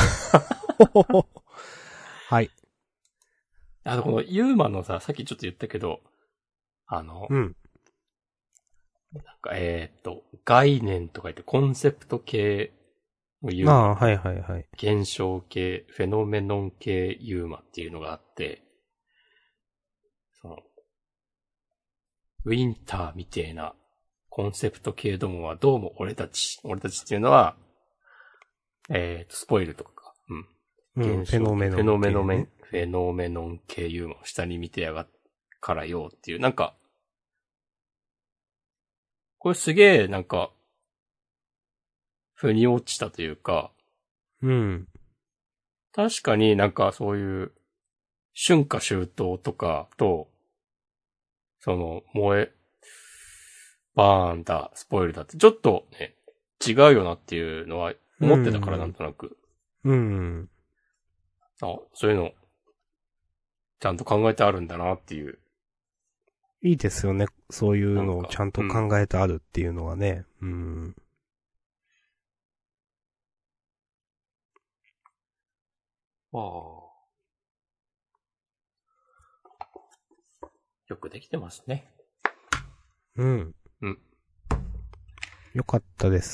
Speaker 2: はい。
Speaker 1: あの、このユーマのさ、さっきちょっと言ったけど、あの、
Speaker 2: うん。
Speaker 1: なんか、えーっと、概念とか言ってコンセプト系のユーマ。
Speaker 2: ああ、はいはいはい。
Speaker 1: 現象系、フェノメノン系ユーマっていうのがあって、その、ウィンターみてえなコンセプト系どもはどうも俺たち、俺たちっていうのは、えーと、スポイルとかか。うん。現象系、うん、フェノメノン、ね、フェノメノメン、フェノメノン系ユーマを下に見てやがっからよっていう、なんか、これすげえ、なんか、腑に落ちたというか、
Speaker 2: うん。
Speaker 1: 確かになんかそういう、春夏秋冬とかと、その、燃え、バーンだ、スポイルだって、ちょっとね、違うよなっていうのは思ってたから、なんとなく。
Speaker 2: うん。
Speaker 1: あ、そういうの、ちゃんと考えてあるんだなっていう。
Speaker 2: いいですよね。そういうのをちゃんと考えてあるっていうのはね。うん。うん、
Speaker 1: ああ。よくできてますね。
Speaker 2: うん。
Speaker 1: うん。
Speaker 2: よかったです。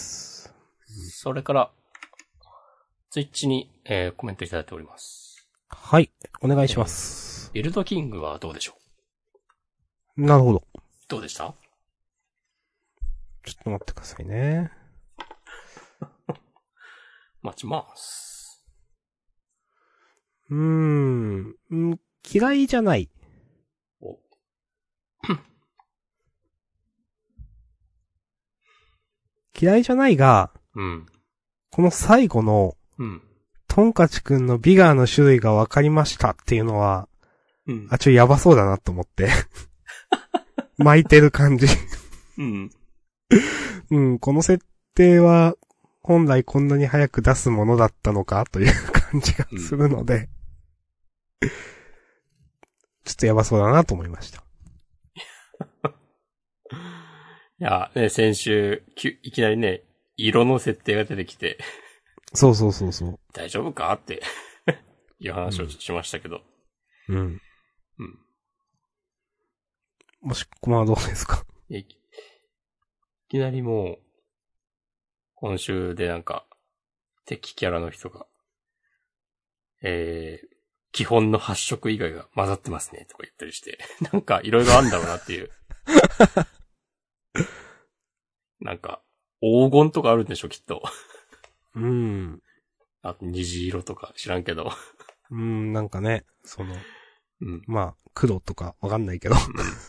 Speaker 1: それから、ツイッチに、えー、コメントいただいております。
Speaker 2: はい。お願いします。
Speaker 1: えー、ビルドキングはどうでしょ
Speaker 2: う？なるほど。
Speaker 1: どうでした？
Speaker 2: ちょっと待ってくださいね。
Speaker 1: 待ちます。
Speaker 2: うーん。ん嫌いじゃない。お嫌いじゃないが、
Speaker 1: うん。
Speaker 2: この最後の、
Speaker 1: うん。
Speaker 2: トンカチくんのビガーの種類が分かりましたっていうのは、
Speaker 1: うん。
Speaker 2: あ、ちょ、やばそうだなと思って。巻いてる感じ。
Speaker 1: うん。
Speaker 2: うん、この設定は、本来こんなに早く出すものだったのかという感じがするので、うん、ちょっとやばそうだなと思いました。
Speaker 1: いや、ね、先週、いきなりね、色の設定が出てきて。
Speaker 2: そうそうそうそう。
Speaker 1: 大丈夫かっていう話をしましたけど。
Speaker 2: うん。うん。
Speaker 1: うん。
Speaker 2: もしこまはどうですか？
Speaker 1: いきなりもう、今週でなんか、敵キャラの人が、えー、基本の発色以外が混ざってますね、とか言ったりして。なんか、いろいろあんだろうなっていう。なんか、黄金とかあるんでしょ、きっと。
Speaker 2: うん。
Speaker 1: あと、虹色とか知らんけど。
Speaker 2: うん、なんかね、その、
Speaker 1: うん。
Speaker 2: まあ、黒とかわかんないけど。
Speaker 1: い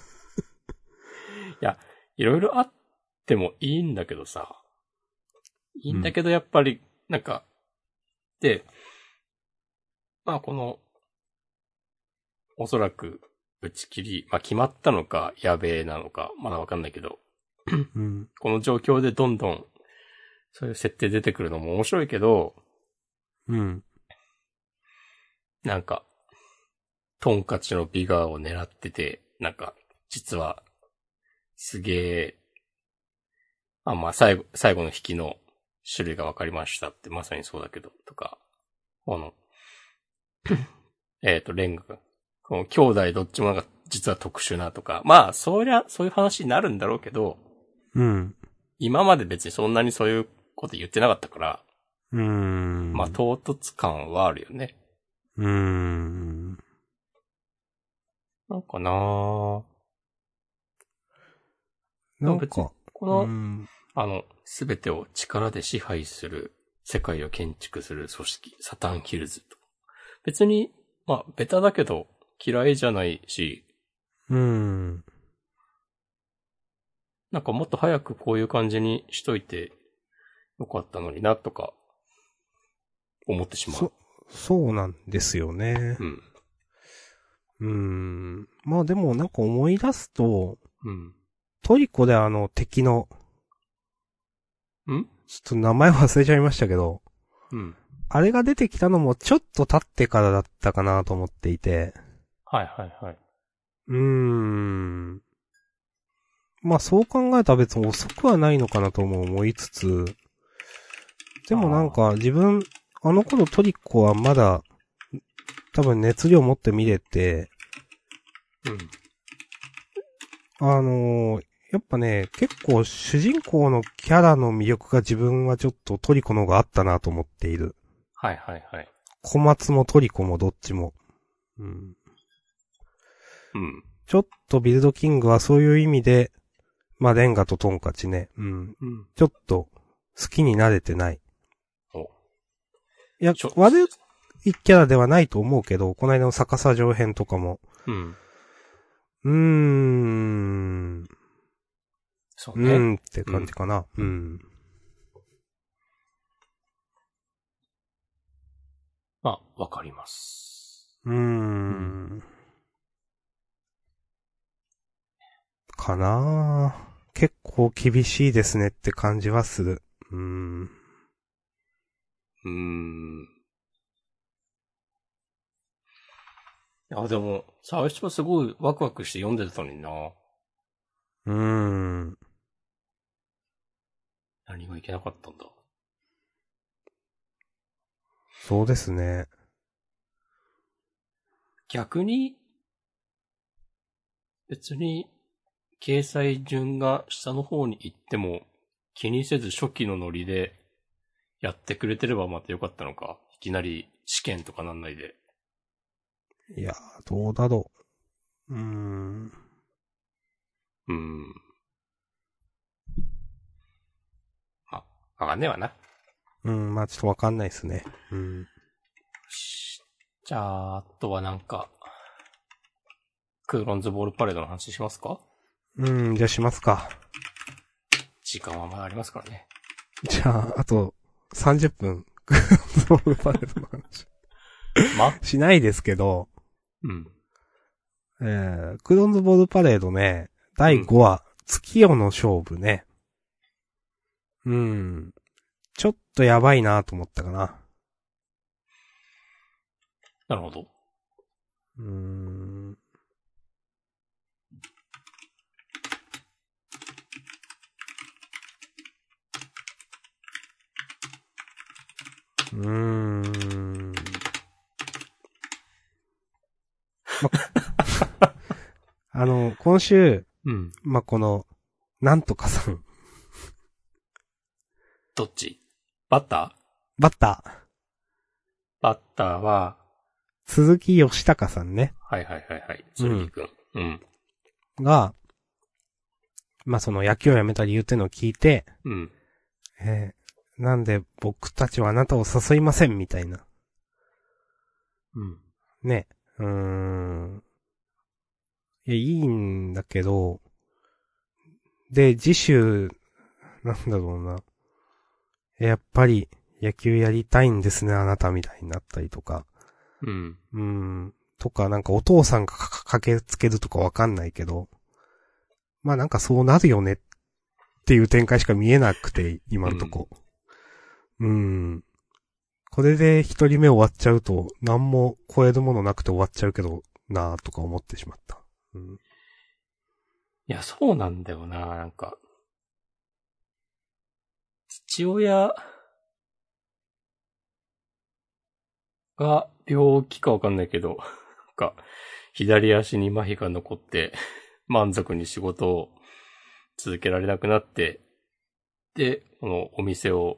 Speaker 1: や、いろいろあってもいいんだけどさ。いいんだけど、やっぱり、なんか、で、まあこの、おそらく、打ち切り、まあ決まったのか、やべえなのか、まだわかんないけど、
Speaker 2: うん。
Speaker 1: この状況でどんどん、そういう設定出てくるのも面白いけど、
Speaker 2: うん。
Speaker 1: なんか、トンカチのビガーを狙ってて、なんか、実は、すげえ、あ、まあ最後、最後の引きの種類が分かりましたって、まさにそうだけど、とか、この、えっと、レンガが、この兄弟どっちもなんか実は特殊なとか、まあ、そりゃ、そういう話になるんだろうけど、
Speaker 2: うん。
Speaker 1: 今まで別にそんなにそういうこと言ってなかったから、
Speaker 2: うーん。
Speaker 1: まあ、唐突感はあるよね。
Speaker 2: うーん。
Speaker 1: なんかなぁ。
Speaker 2: なん
Speaker 1: 別に
Speaker 2: か、
Speaker 1: この、
Speaker 2: うーん。
Speaker 1: あの、すべてを力で支配する、世界を建築する組織、サタンヒルズと。別に、まあ、ベタだけど嫌いじゃないし、
Speaker 2: うーん。
Speaker 1: なんかもっと早くこういう感じにしといてよかったのになとか、思ってしまう。
Speaker 2: そ、そうなんですよね。
Speaker 1: うん。
Speaker 2: うーん。まあでもなんか思い出すと、
Speaker 1: うん。
Speaker 2: トリコであの敵の、
Speaker 1: ん
Speaker 2: ちょっと名前忘れちゃいましたけど、
Speaker 1: うん。
Speaker 2: あれが出てきたのもちょっと経ってからだったかなと思っていて、
Speaker 1: はいはいはい。
Speaker 2: うーん。まあそう考えたら別に遅くはないのかなとも思いつつ、でもなんか自分、あの頃トリコはまだ、多分熱量持って見れて、
Speaker 1: うん。
Speaker 2: あのーやっぱね、結構主人公のキャラの魅力が自分はちょっとトリコの方があったなと思っている。
Speaker 1: はいはいはい。
Speaker 2: 小松もトリコもどっちも。うん。
Speaker 1: うん。
Speaker 2: ちょっとビルドキングはそういう意味で、まあレンガとトンカチね。うん。
Speaker 1: うん。
Speaker 2: ちょっと好きになれてない。
Speaker 1: お。
Speaker 2: いや
Speaker 1: ちょ、
Speaker 2: 悪いキャラではないと思うけど、この間の逆さ上編とかも。
Speaker 1: うん。
Speaker 2: うーん。
Speaker 1: そうね。
Speaker 2: うーんって感じかな。うん。うん、
Speaker 1: まあ、わかります。
Speaker 2: うーん。かなぁ。結構厳しいですねって感じはする。うーん。
Speaker 1: うーん。いや、でも、最初はすごいワクワクして読んでたのにな。
Speaker 2: うーん。
Speaker 1: 何がいけなかったんだ。
Speaker 2: そうですね。
Speaker 1: 逆に、別に、掲載順が下の方に行っても、気にせず初期のノリでやってくれてればまたよかったのか。いきなり試験とかなんないで。
Speaker 2: いやー、どうだろう。うーん。
Speaker 1: うーん。まあ、わかんねえわな。
Speaker 2: うん、まあちょっとわかんないですね。うん。
Speaker 1: しじゃあ、あとはなんか、クーロンズボールパレードの話しますか？
Speaker 2: うん、じゃあしますか。
Speaker 1: 時間はまだありますからね。
Speaker 2: じゃあ、あとさんじゅっぷん、クロスボールパレードの話。
Speaker 1: ま
Speaker 2: しないですけど、
Speaker 1: うん。
Speaker 2: えー、クローンズボールパレードね、だいごわ、月夜の勝負ね。うん。ちょっとやばいなと思ったかな。
Speaker 1: なるほど。
Speaker 2: うーん。うーん。ま、あの、今週、
Speaker 1: うん。
Speaker 2: ま、この、なんとかさん。
Speaker 1: どっち？バッター？
Speaker 2: バッター。
Speaker 1: バッターは、
Speaker 2: 鈴木義隆さんね。
Speaker 1: はいはいはいはい。鶴木くん。うん。
Speaker 2: が、まあ、その野球をやめた理由っていうのを聞いて、
Speaker 1: うん。
Speaker 2: えー、なんで僕たちはあなたを誘いませんみたいな。
Speaker 1: うん。
Speaker 2: ね。 うーん。いや、いいんだけど、で、次週、なんだろうな。やっぱり、野球やりたいんですね、あなたみたいになったりとか。
Speaker 1: うん。
Speaker 2: うーん。とか、なんかお父さんがかか駆けつけるとかわかんないけど、まあなんかそうなるよねっていう展開しか見えなくて、今んとこ。うーん。これで一人目終わっちゃうと、何も超えるものなくて終わっちゃうけど、なぁとか思ってしまった。うん。
Speaker 1: いや、そうなんだよな、なんか。父親が病気かわかんないけど、なんか、左足に麻痺が残って、満足に仕事を続けられなくなって、で、このお店を、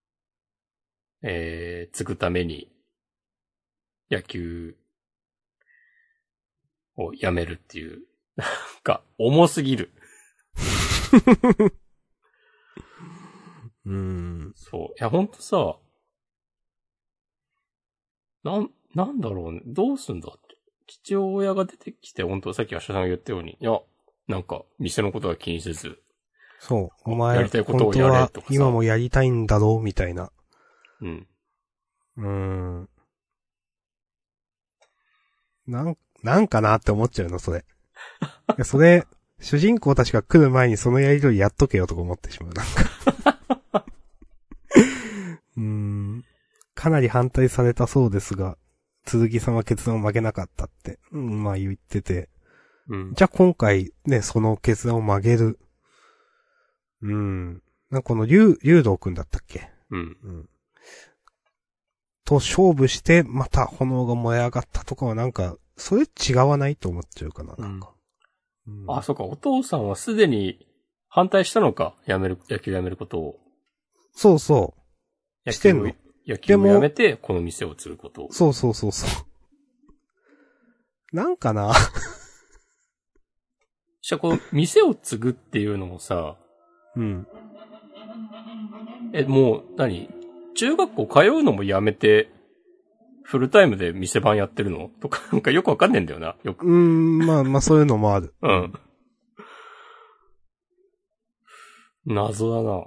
Speaker 1: えー、継ぐために、野球をやめるっていう、なんか、重すぎる。
Speaker 2: うーん。
Speaker 1: そう。いや、ほんとさ、なん、なんだろうね。どうすんだって。父親が出てきて、ほんとさっき足さんが言ったように、いや、なんか、店のことは気にせず、
Speaker 2: そう。お
Speaker 1: や
Speaker 2: 前、
Speaker 1: りたいことをやれ
Speaker 2: 本当は
Speaker 1: とかさ。
Speaker 2: 今もやりたいんだろうみたいな。
Speaker 1: うん。
Speaker 2: うーん。なん、なんかなって思っちゃうの、それ。いや、それ、主人公たちが来る前にそのやりとりやっとけよとか思ってしまう。なんかうーん。かなり反対されたそうですが、鈴木さんは決断を曲げなかったって、うん、まあ言ってて。
Speaker 1: うん。
Speaker 2: じゃあ今回ね、その決断を曲げる。うん。なんかこの竜、竜道くんだったっけ。
Speaker 1: うん。
Speaker 2: うん。と勝負して、また炎が燃え上がったとかはなんか、それ違わないと思っちゃうかな、
Speaker 1: うん。
Speaker 2: なんか。うん、
Speaker 1: あ、そっか、お父さんはすでに反対したのか。やめる、野球やめることを。
Speaker 2: そうそう。
Speaker 1: 野球を、
Speaker 2: してんの。
Speaker 1: 野球をやめて、この店を継ぐことを。
Speaker 2: そうそうそうそう。なんかな
Speaker 1: じゃあ、この店を継ぐっていうのもさ、
Speaker 2: うん。
Speaker 1: え、もう何、中学校通うのもやめて、フルタイムで店番やってるのとか、なんかよくわかんねえんだよな。よく。
Speaker 2: うーん、まあまあそういうのもある。
Speaker 1: うん。謎だな。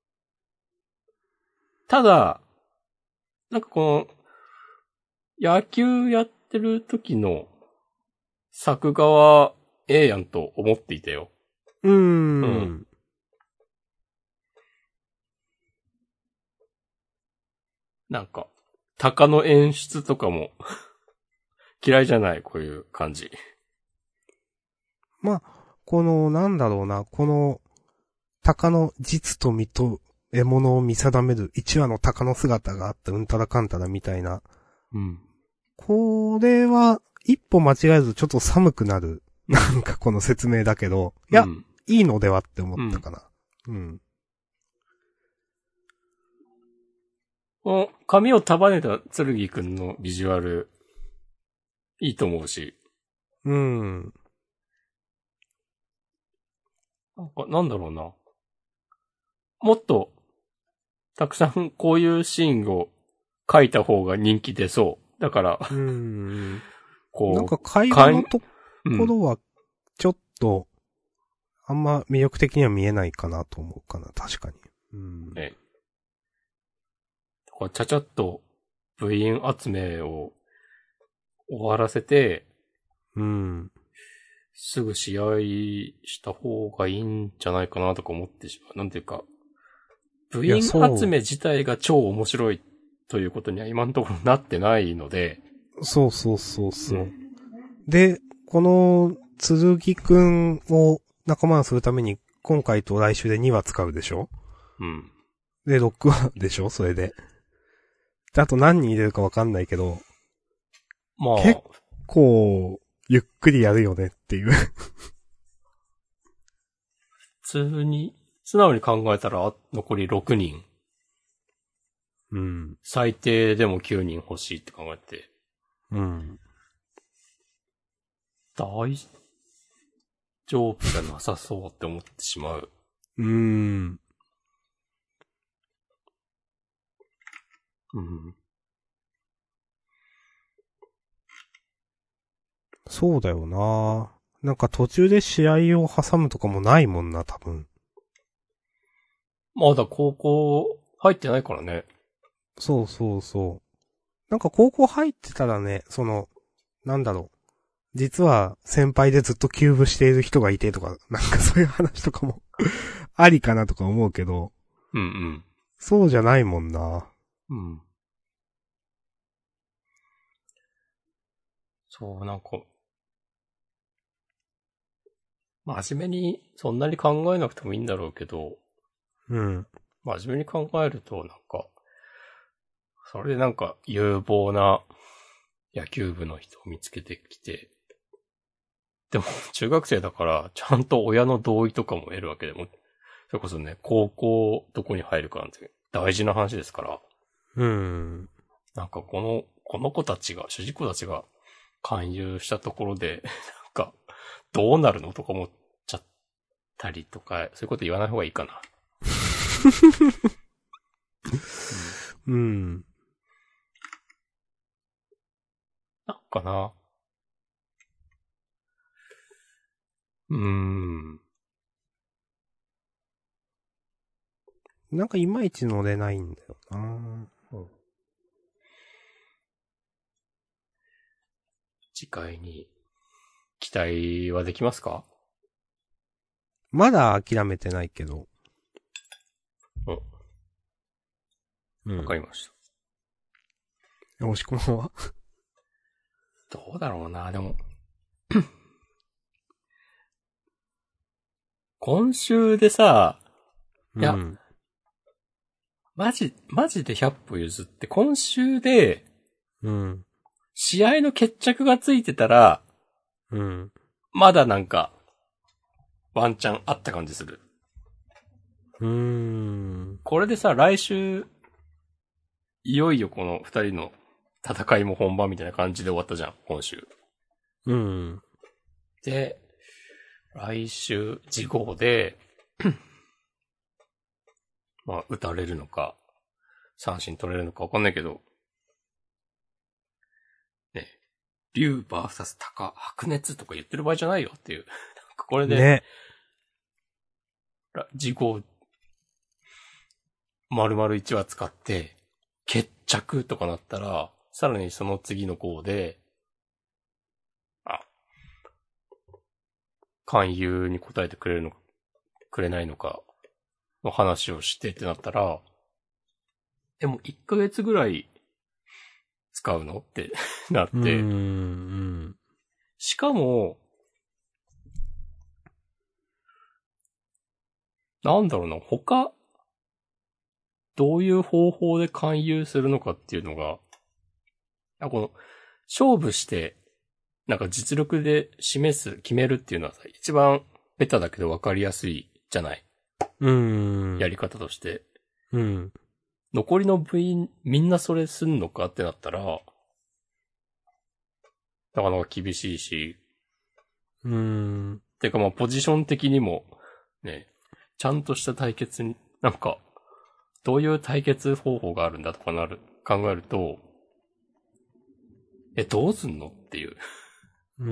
Speaker 1: ただ、なんかこの、野球やってる時の作画はええやんと思っていたよ。
Speaker 2: うー
Speaker 1: うん。
Speaker 2: ん。
Speaker 1: なんか、鷹の演出とかも嫌いじゃない、こういう感じ。
Speaker 2: まあ、この、なんだろうな、この、鷹の実と見と獲物を見定める一羽の鷹の姿があったうんたらかんたらみたいな。
Speaker 1: うん。
Speaker 2: これは、一歩間違えずちょっと寒くなる。なんかこの説明だけど、いや、
Speaker 1: うん。
Speaker 2: いいのではって思ったかな。うん。
Speaker 1: この髪を束ねた剣くんのビジュアル、いいと思うし。
Speaker 2: うん。
Speaker 1: なんか、なんだろうな。もっと、たくさんこういうシーンを書いた方が人気出そう。だから、
Speaker 2: うん。なん
Speaker 1: こう、
Speaker 2: か会話
Speaker 1: かん、
Speaker 2: のと
Speaker 1: うん。
Speaker 2: ころは、ちょっと、あんま魅力的には見えないかなと思うかな、確かに。うん。
Speaker 1: ね。こうちゃちゃっと部員集めを終わらせて、
Speaker 2: うん。
Speaker 1: すぐ試合した方がいいんじゃないかなとか思ってしまう。なんていうか、部
Speaker 2: いや、
Speaker 1: 員集
Speaker 2: そ
Speaker 1: め自体が超面白いということには今のところなってないので、
Speaker 2: う。そうそうそうそう。
Speaker 1: うん。
Speaker 2: で、この、鈴木くんを仲間にするために、今回と来週でにわ使うでしょ。
Speaker 1: うん。
Speaker 2: で、ろくわでしょそれで。で、あと何人入れるかわかんないけど、
Speaker 1: まあ、
Speaker 2: 結構、ゆっくりやるよねっていう。
Speaker 1: 普通に、素直に考えたらあ残りろくにん。
Speaker 2: うん。
Speaker 1: 最低でもきゅうにん欲しいって考えて、
Speaker 2: うん。
Speaker 1: 大丈夫じゃなさそうって思ってしまう。
Speaker 2: うーん。
Speaker 1: うん。
Speaker 2: そうだよな。なんか途中で試合を挟むとかもないもんな、多分。
Speaker 1: まだ高校入ってないからね。
Speaker 2: そうそうそう。なんか高校入ってたらね、その、なんだろう。実は先輩でずっと休部している人がいてとか、なんかそういう話とかもありかなとか思うけど、
Speaker 1: うんうん。
Speaker 2: そうじゃないもんな。
Speaker 1: うん。そう、なんか、真面目にそんなに考えなくてもいいんだろうけど、
Speaker 2: うん。
Speaker 1: 真面目に考えると、なんか、それでなんか有望な野球部の人を見つけてきて、でも中学生だからちゃんと親の同意とかも得るわけでも、それこそね、高校どこに入るかなんて大事な話ですから、
Speaker 2: うん。
Speaker 1: なんかこの、この子たちが、主人公たちが勧誘したところで、なんか、どうなるのとか思っちゃったりとか、そういうこと言わない方がいいかな。
Speaker 2: うん。うん。
Speaker 1: なんかな。うーん。
Speaker 2: なんかいまいち乗れないんだよな。
Speaker 1: うん、次回に期待はできますか？
Speaker 2: まだ諦めてないけど。
Speaker 1: うん。わかりました。
Speaker 2: 押し込まは
Speaker 1: どうだろうな、でも。今週でさ、いや、うん、マジ、マジでひゃっぽ譲って、今週で、
Speaker 2: うん。
Speaker 1: 試合の決着がついてたら、
Speaker 2: うん。
Speaker 1: まだなんか、ワンチャンあった感じする。
Speaker 2: うーん。
Speaker 1: これでさ、来週、いよいよこの二人の戦いも本番みたいな感じで終わったじゃん、今週。
Speaker 2: うん。
Speaker 1: で、来週、次号で、まあ、打たれるのか、三振取れるのかわかんないけど、ね、竜バーサスタカ、白熱とか言ってる場合じゃないよっていう。なんかこれで、
Speaker 2: ね。
Speaker 1: 次号、丸々いちわ使って、決着とかなったら、さらにその次の号で、あ、勧誘に答えてくれるのか、くれないのか、の話をしてってなったら、でもいっかげつぐらい使うのってなって、
Speaker 2: うん。
Speaker 1: しかも、なんだろうな、他、どういう方法で勧誘するのかっていうのが、あ、この、勝負して、なんか実力で示す、決めるっていうのはさ、一番ベタだけど分かりやすいじゃない。
Speaker 2: うん。
Speaker 1: やり方として。
Speaker 2: うん。
Speaker 1: 残りの部員、みんなそれすんのかってなったら、なかなか厳しいし。
Speaker 2: うん。
Speaker 1: てかまあポジション的にも、ね、ちゃんとした対決に、なんか、どういう対決方法があるんだとかなる、考えると、え、どうすんのっていう。
Speaker 2: うん。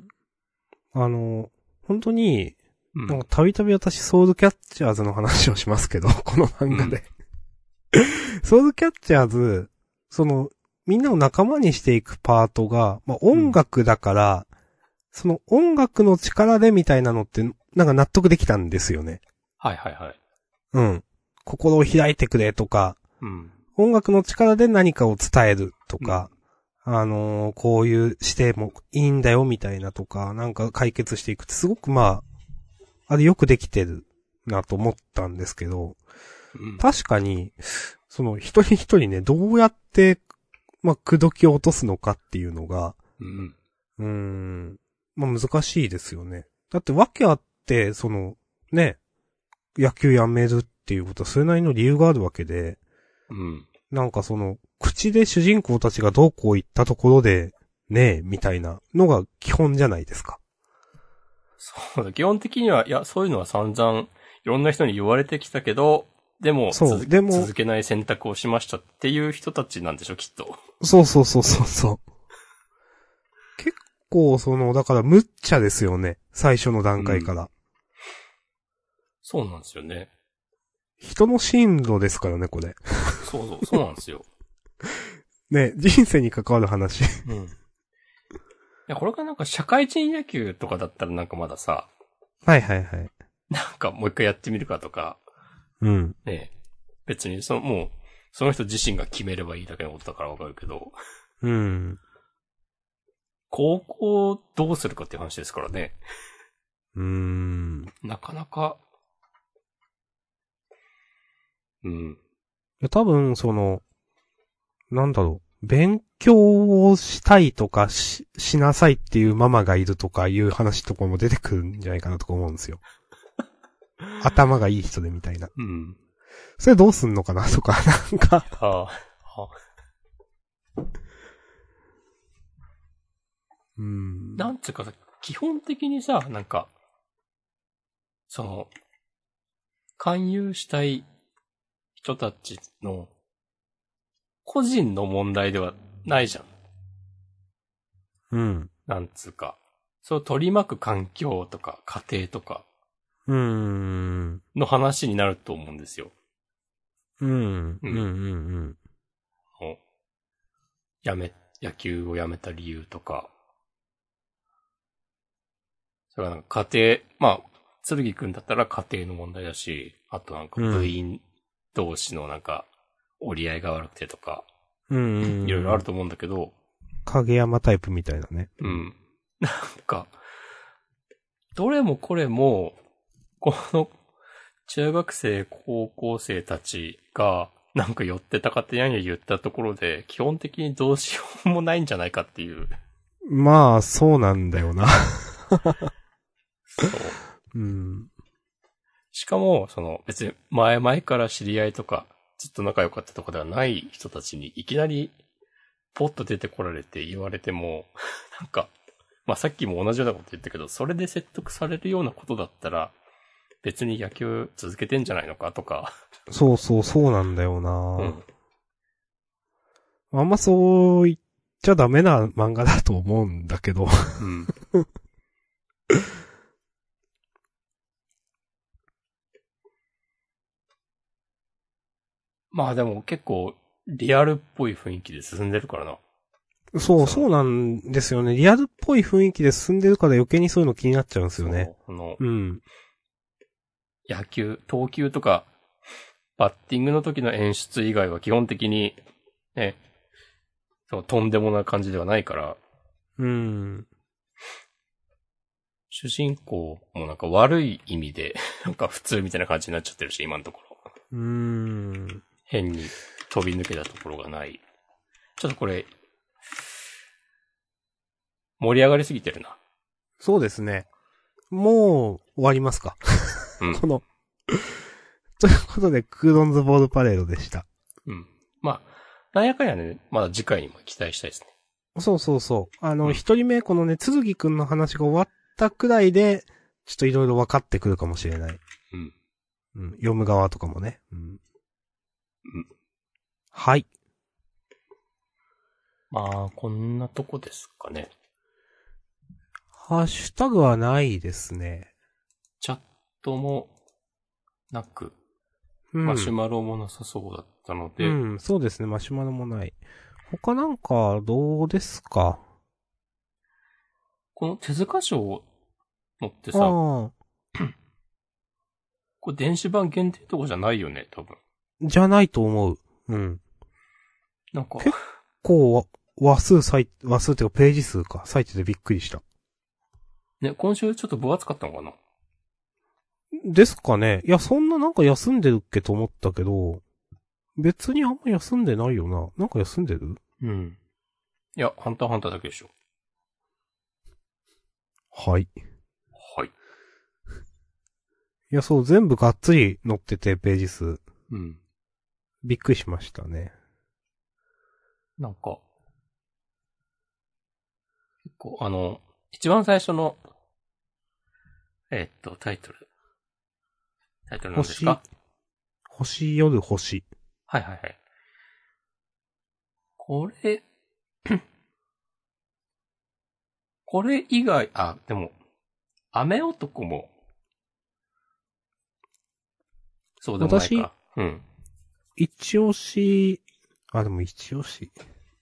Speaker 2: あの、本当に、
Speaker 1: うん、
Speaker 2: なんかたびたび私ソウルキャッチャーズの話をしますけど、この漫画で。うん、ソウルキャッチャーズ、その、みんなを仲間にしていくパートが、まあ音楽だから、うん、その音楽の力でみたいなのって、なんか納得できたんですよね。
Speaker 1: はいはいはい。
Speaker 2: うん。心を開いてくれとか、
Speaker 1: うん、
Speaker 2: 音楽の力で何かを伝えるとか、うん、あのー、こういうしてもいいんだよみたいなとか、なんか解決していくってすごくまあ、あれよくできてるなと思ったんですけど、うん、確かに、その一人一人ね、どうやって、まあ、口説きを落とすのかっていうのが、
Speaker 1: うん、
Speaker 2: うーん、まあ難しいですよね。だって訳あって、その、ね、野球やめるっていうことはそれなりの理由があるわけで、
Speaker 1: うん、
Speaker 2: なんかその、口で主人公たちがどうこう言ったところで、ねえ、みたいなのが基本じゃないですか。
Speaker 1: そうだ、基本的には、いや、そういうのは散々、いろんな人に言われてきたけど、でも、
Speaker 2: そうでも
Speaker 1: 続けない選択をしましたっていう人たちなんでしょ、きっと。
Speaker 2: そうそうそうそうそう。結構その、だから無茶ですよね。最初の段階から。うん、
Speaker 1: そうなんですよね。
Speaker 2: 人の進路ですからね、これ。
Speaker 1: そうそう、そうなんですよ。
Speaker 2: ね、人生に関わる話。
Speaker 1: うん。いや、これがなんか社会人野球とかだったらなんかまださ。
Speaker 2: はいはいはい。
Speaker 1: なんかもう一回やってみるかとか。
Speaker 2: うん。
Speaker 1: ね別にその、もう、その人自身が決めればいいだけのことだからわかるけど。
Speaker 2: うん。
Speaker 1: 高校どうするかっていう話ですからね。
Speaker 2: うーん。
Speaker 1: なかなか。うん。
Speaker 2: 多分、その、なんだろう。勉強をしたいとかし、しなさいっていうママがいるとかいう話とかも出てくるんじゃないかなとか思うんですよ。頭がいい人でみたいな。
Speaker 1: うん。
Speaker 2: それどうすんのかなとか、なんか
Speaker 1: ああ。はあ、
Speaker 2: うん。
Speaker 1: なんつうかさ、基本的にさ、なんか、その、勧誘したい人たちの個人の問題ではないじゃん。
Speaker 2: うん。
Speaker 1: なんつうか。そう取り巻く環境とか家庭とか
Speaker 2: うーん。
Speaker 1: の話になると思うんですよ。
Speaker 2: うん。うん。
Speaker 1: うん。
Speaker 2: うん。うん。
Speaker 1: もうやめ、野球をやめた理由とか。それはなんか家庭、まあ、剣くんだったら家庭の問題だし、あとなんか部員同士のなんか折り合いが悪くてとか、
Speaker 2: うん。
Speaker 1: いろいろあると思うんだけど、
Speaker 2: 影山タイプみたいなね。
Speaker 1: うん。なんか、どれもこれも、この中学生、高校生たちが、なんか寄ってたかってやんや言ったところで、基本的にどうしようもないんじゃないかっていう。
Speaker 2: まあ、そうなんだよな。
Speaker 1: そう。
Speaker 2: うん。
Speaker 1: しかも、その別に前々から知り合いとか、ずっと仲良かったとかではない人たちにいきなりポッと出てこられて言われても、なんか、まあさっきも同じようなこと言ったけど、それで説得されるようなことだったら、別に野球続けてんじゃないのかとか。
Speaker 2: そうそう、そうなんだよな。
Speaker 1: うん。
Speaker 2: あんまそう言っちゃダメな漫画だと思うんだけど。
Speaker 1: うん。まあでも結構リアルっぽい雰囲気で進んでるからな。
Speaker 2: そう、そうなんですよね。リアルっぽい雰囲気で進んでるから余計にそういうの気になっちゃうんですよね。
Speaker 1: そう。の、
Speaker 2: うん。
Speaker 1: 野球、投球とか、バッティングの時の演出以外は基本的に、ね、そうとんでもな感じではないから、
Speaker 2: うん。
Speaker 1: 主人公もなんか悪い意味で、なんか普通みたいな感じになっちゃってるし、今のところ。
Speaker 2: うーん。
Speaker 1: 変に飛び抜けたところがない。ちょっとこれ、盛り上がりすぎてるな。
Speaker 2: そうですね。もう、終わりますか。
Speaker 1: うん。
Speaker 2: この。ということで、クーロンズボールパレードでした。
Speaker 1: うん。まあ、なんやかんやね、まだ次回にも期待したいですね。
Speaker 2: そうそうそう。あの、
Speaker 1: うん
Speaker 2: 一人目、このね、つづぎくんの話が終わったくらいで、ちょっといろいろ分かってくるかもしれない。
Speaker 1: うん。
Speaker 2: うん。読む側とかもね。うん。
Speaker 1: うん。
Speaker 2: はい。
Speaker 1: まあ、こんなとこですかね。
Speaker 2: ハッシュタグはないですね。
Speaker 1: チャットもなく、
Speaker 2: うん。
Speaker 1: マシュマロもなさそうだったので、
Speaker 2: うん、そうですね。マシュマロもない。他なんか、どうですか？
Speaker 1: この手塚賞のってさ、
Speaker 2: ああ。
Speaker 1: これ電子版限定とかじゃないよね、多分。
Speaker 2: じゃないと思う。うん。
Speaker 1: なんか、
Speaker 2: 結構わ、話数さい、話数っていうかページ数か、割いててびっくりした。
Speaker 1: ね、今週ちょっと分厚かったのかな？
Speaker 2: ですかね。いや、そんななんか休んでるっけと思ったけど、別にあんま休んでないよな。なんか休んでる？
Speaker 1: うん。いや、ハンターハンターだけでしょ。
Speaker 2: はい。
Speaker 1: はい。
Speaker 2: いや、そう、全部がっつり載ってて、ページ数。
Speaker 1: うん。
Speaker 2: びっくりしましたね。
Speaker 1: なんか、結構、あの、一番最初の、えーっと、タイトル。タイトルなんですか？
Speaker 2: 星夜星。
Speaker 1: はいはいはい。これ、 これ以外、あ、でも、雨男も、そうでもないか。うん。
Speaker 2: 一押し、あ、でも一押し。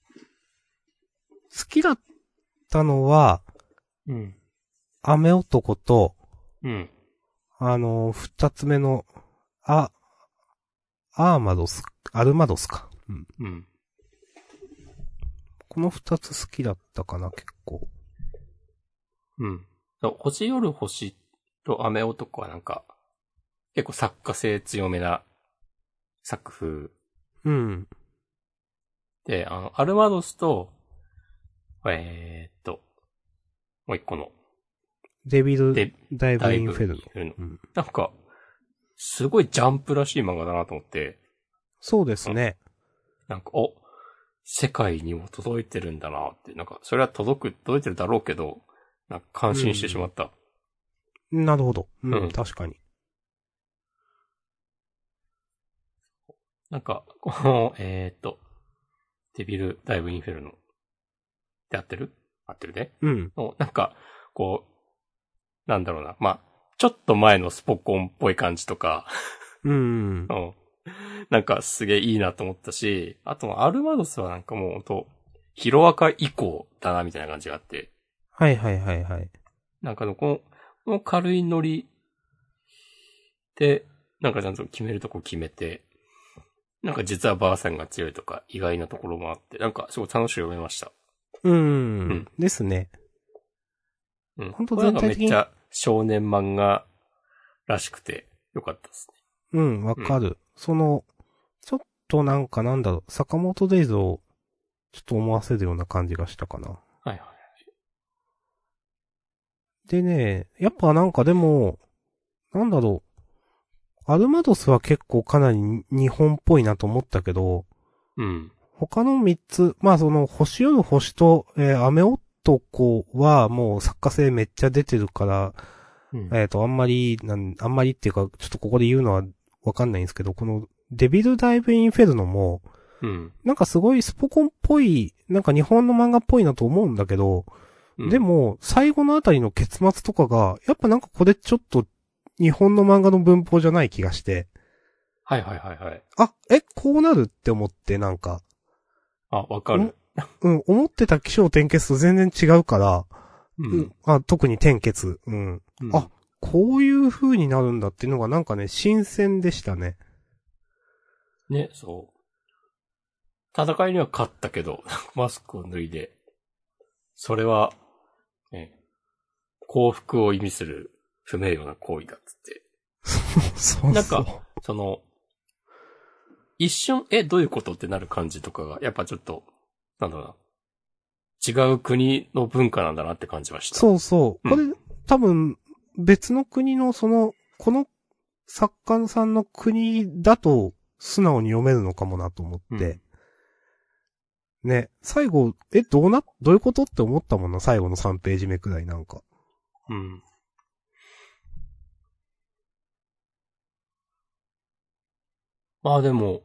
Speaker 2: 好きだったのは、
Speaker 1: うん。
Speaker 2: 雨男と、
Speaker 1: うん。
Speaker 2: あの、二つ目の、あ、アーマドス、アルマドスか。うん。
Speaker 1: うん。
Speaker 2: この二つ好きだったかな、結構。
Speaker 1: うん。星夜星と雨男はなんか、結構作家性強めな作風。
Speaker 2: うん。
Speaker 1: で、あの、アルマドスと、えー、っと、もう一個の、
Speaker 2: デビル、
Speaker 1: で、
Speaker 2: ダイブ
Speaker 1: だいぶ
Speaker 2: インフェルノ。
Speaker 1: の。
Speaker 2: うん、
Speaker 1: なんか、すごいジャンプらしい漫画だなと思って。
Speaker 2: そうですね。
Speaker 1: なんか、お、世界にも届いてるんだなって。なんか、それは届く、届いてるだろうけど、なんか感心してしまった。
Speaker 2: うん、なるほど。うん、うん、確かに。
Speaker 1: なんか、この、えー、っと、デビル・ダイブ・インフェルノ。って合ってる合ってるね。
Speaker 2: うん。
Speaker 1: なんか、こう、なんだろうな。まあ、ちょっと前のスポコンっぽい感じとか、
Speaker 2: うん。
Speaker 1: うん。なんかすげえいいなと思ったし、あとアルマドスはなんかもうほんと、ヒロアカ以降だなみたいな感じがあって。
Speaker 2: はいはいはいはい。
Speaker 1: なんかのこの、この軽いノリで、なんかちゃんと決めるとこ決めて、なんか実はバーサンが強いとか意外なところもあって、なんかすごい楽しく読めました。
Speaker 2: うん。
Speaker 1: うん。
Speaker 2: ですね。
Speaker 1: うん。
Speaker 2: ほんと
Speaker 1: これなん
Speaker 2: 全体的に。
Speaker 1: かめっちゃ少年漫画らしくてよかったです
Speaker 2: ね。うん、わかる、うん。その、ちょっとなんかなんだろう、坂本デイズをちょっと思わせるような感じがしたかな。
Speaker 1: はいはい。
Speaker 2: でね、やっぱなんかでも、なんだろう、アルマドスは結構かなり日本っぽいなと思ったけど、
Speaker 1: うん。
Speaker 2: 他の三つ、まあその、星夜星と、えー、雨男はもう作家性めっちゃ出てるから、うん、えっ、ー、と、あんまり、なん、あんまりっていうか、ちょっとここで言うのはわかんないんですけど、この、デビルダイブインフェルノも、
Speaker 1: うん。
Speaker 2: なんかすごいスポコンっぽい、なんか日本の漫画っぽいなと思うんだけど、うん、でも、最後のあたりの結末とかが、やっぱなんかこれちょっと、日本の漫画の文法じゃない気がして。
Speaker 1: はいはいはいはい。
Speaker 2: あ、え、こうなるって思って、なんか。
Speaker 1: あ、わかる。
Speaker 2: うん、思ってた気象転結と全然違うから、うん、うん、あ、特に転結、うん、うん。あ、こういう風になるんだっていうのがなんかね、新鮮でしたね。
Speaker 1: ね、そう。戦いには勝ったけど、マスクを脱いで、それは、ね、幸福を意味する不名誉な行為だっつって。
Speaker 2: そうそう。
Speaker 1: なんか、その、一瞬、え、どういうことってなる感じとかが、やっぱちょっと、なんだろうな。違う国の文化なんだなって感じました。
Speaker 2: そうそう。これ、うん、多分、別の国のその、この作家さんの国だと素直に読めるのかもなと思って。うん、ね、最後、え、どうな、どういうことって思ったもんな、最後のさんページ目くらいなんか。
Speaker 1: うん。まあでも、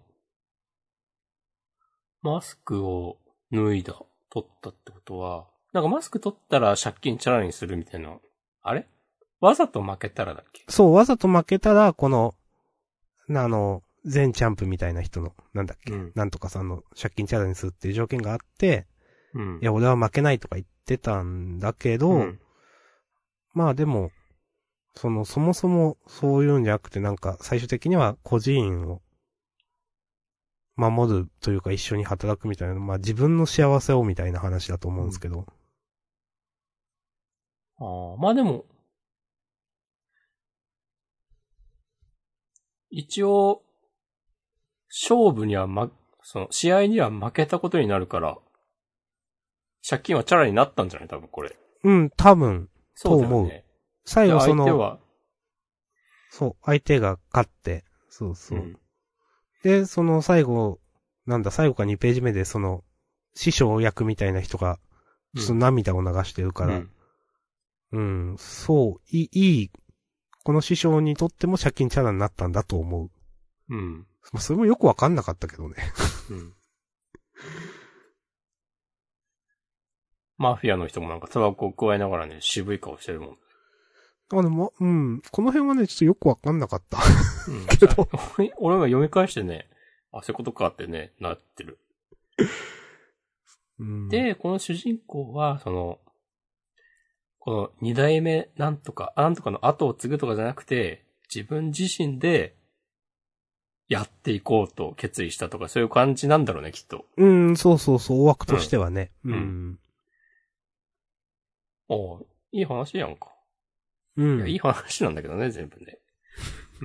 Speaker 1: マスクを脱いだ、取ったってことは、なんかマスク取ったら借金チャラにするみたいな、あれわざと負けたらだっけ？
Speaker 2: そう、わざと負けたら、この、あの、全チャンプみたいな人の、なんだっけ、うん、なんとかさんの借金チャラにするっていう条件があって、うん、いや、俺は負けないとか言ってたんだけど、うん、まあでも、その、そもそもそういうんじゃなくて、なんか、最終的には孤児院を守るというか一緒に働くみたいな、まあ自分の幸せをみたいな話だと思うんですけど。
Speaker 1: うん、ああ、まあでも、一応、勝負にはま、その、試合には負けたことになるから、借金はチャラになったんじゃない多分これ。
Speaker 2: うん、多分。
Speaker 1: そうだよね。
Speaker 2: 最後その、
Speaker 1: 相手は、
Speaker 2: そう、相手が勝って、そうそう。うん、で、その最後、なんだ、最後かにページ目でその、師匠役みたいな人が、ちょっと涙を流してるから、うん、うん、そう、いい、いい、この師匠にとっても借金チャラになったんだと思う。
Speaker 1: うん。
Speaker 2: まあ、それもよくわかんなかったけどね。うん。
Speaker 1: マフィアの人もなんかタバコを加えながらね、渋い顔してるもん。
Speaker 2: あ、でも、うん。この辺はね、ちょっとよくわかんなかった。
Speaker 1: うん。
Speaker 2: けど。
Speaker 1: 俺が読み返してね、あ、そういうことかってね、なってる。
Speaker 2: うん、
Speaker 1: で、この主人公は、その、この二代目なんとか、なんとかの後を継ぐとかじゃなくて、自分自身でやっていこうと決意したとか、そういう感じなんだろうね、きっと。
Speaker 2: うん、そうそうそう、大枠としてはね。うん。うん、
Speaker 1: おういい話やんか。
Speaker 2: うん。
Speaker 1: いや、いい話なんだけどね、全部ね。うん。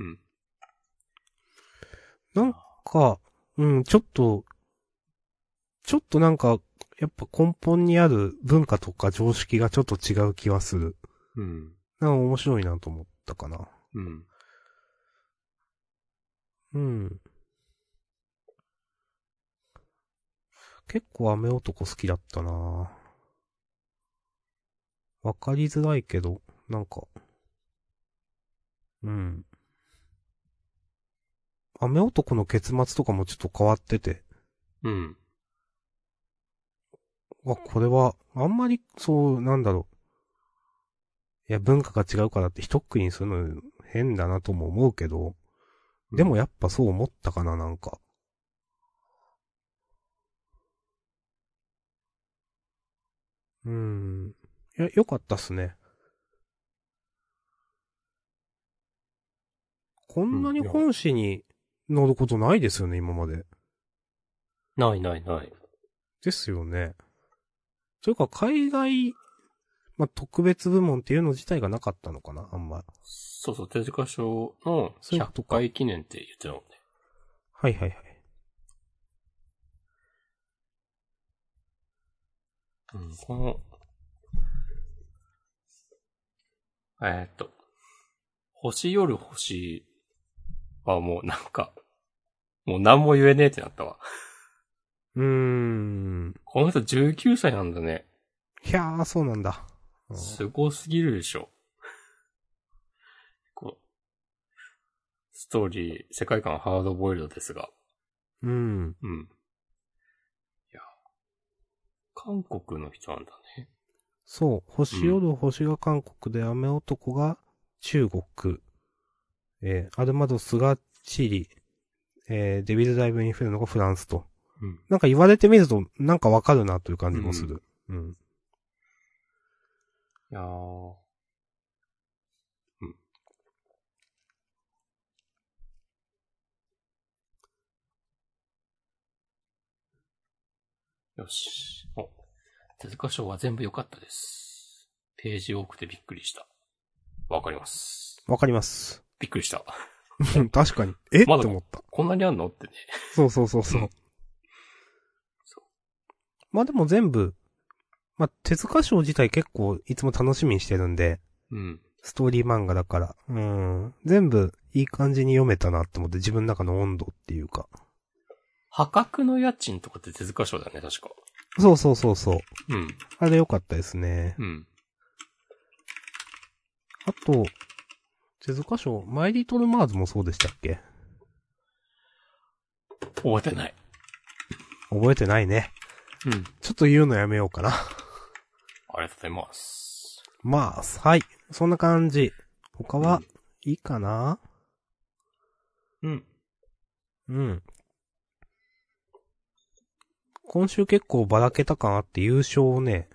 Speaker 2: なんか、うん、ちょっと、ちょっとなんか、やっぱ根本にある文化とか常識がちょっと違う気はする。
Speaker 1: うん。
Speaker 2: なんか面白いなと思ったかな。
Speaker 1: うん。
Speaker 2: うん。結構雨男好きだったな。わかりづらいけど、なんか、うん。雨男の結末とかもちょっと変わってて、
Speaker 1: うん。
Speaker 2: あ、これは、あんまり、そう、なんだろう。いや、文化が違うからって一括りにするの変だなとも思うけど、でもやっぱそう思ったかな、なんか。うーん。いや、よかったっすね。こ
Speaker 1: うん。
Speaker 2: んなに
Speaker 1: いや、
Speaker 2: 本誌に乗ることないですよね、今まで。
Speaker 1: ないないない。
Speaker 2: ですよね。というか、海外、まあ、特別部門っていうの自体がなかったのかな、あんま。
Speaker 1: そうそう、手塚賞の100
Speaker 2: そういうことか。
Speaker 1: 回記念って言ってたもんね。
Speaker 2: はいはいはい。
Speaker 1: うん、この、えー、っと、星夜星はもうなんか、もう何も言えねえってなったわ。
Speaker 2: うーん。
Speaker 1: この人じゅうきゅうさいなんだね。
Speaker 2: いやー、そうなんだ。
Speaker 1: すごすぎるでしょ。こうストーリー、世界観ハードボイルドですが。
Speaker 2: うん。
Speaker 1: うん。いや、韓国の人なんだね。
Speaker 2: そう。
Speaker 1: うん。
Speaker 2: 星夜星が韓国で雨男が中国。えー、アルマドスがチリ。えー、デビルダイブインフェルノがフランスと。
Speaker 1: うん。
Speaker 2: なんか言われてみると、なんかわかるなという感じもする。うん。
Speaker 1: いやー。うん。よし。お、手塚賞は全部良かったです。ページ多くてびっくりした。わかります。
Speaker 2: わかります。
Speaker 1: びっくりした。
Speaker 2: 確かに。え、
Speaker 1: まだ
Speaker 2: って思った。
Speaker 1: こんなにあんのってね。
Speaker 2: そうそうそうそう。
Speaker 1: うん、そ
Speaker 2: まあでも全部、まあ手塚賞自体結構いつも楽しみにしてるんで、
Speaker 1: う。うん。
Speaker 2: ストーリー漫画だから、うん。全部いい感じに読めたなって思って自分の中の温度っていうか。
Speaker 1: 破格の家賃とかって手塚賞だよね、確か。
Speaker 2: そうそうそうそう。
Speaker 1: うん。
Speaker 2: あれ良かったですね。
Speaker 1: うん。
Speaker 2: あと、手塚賞、マイリトルマーズもそうでしたっけ？
Speaker 1: 覚えてない。
Speaker 2: 覚えてないね。
Speaker 1: うん。
Speaker 2: ちょっと言うのやめようかな。
Speaker 1: ありがとうございます。
Speaker 2: まあ、はい。そんな感じ。他は、いいかな？
Speaker 1: うん。
Speaker 2: うん。今週結構ばらけた感あって優勝をね、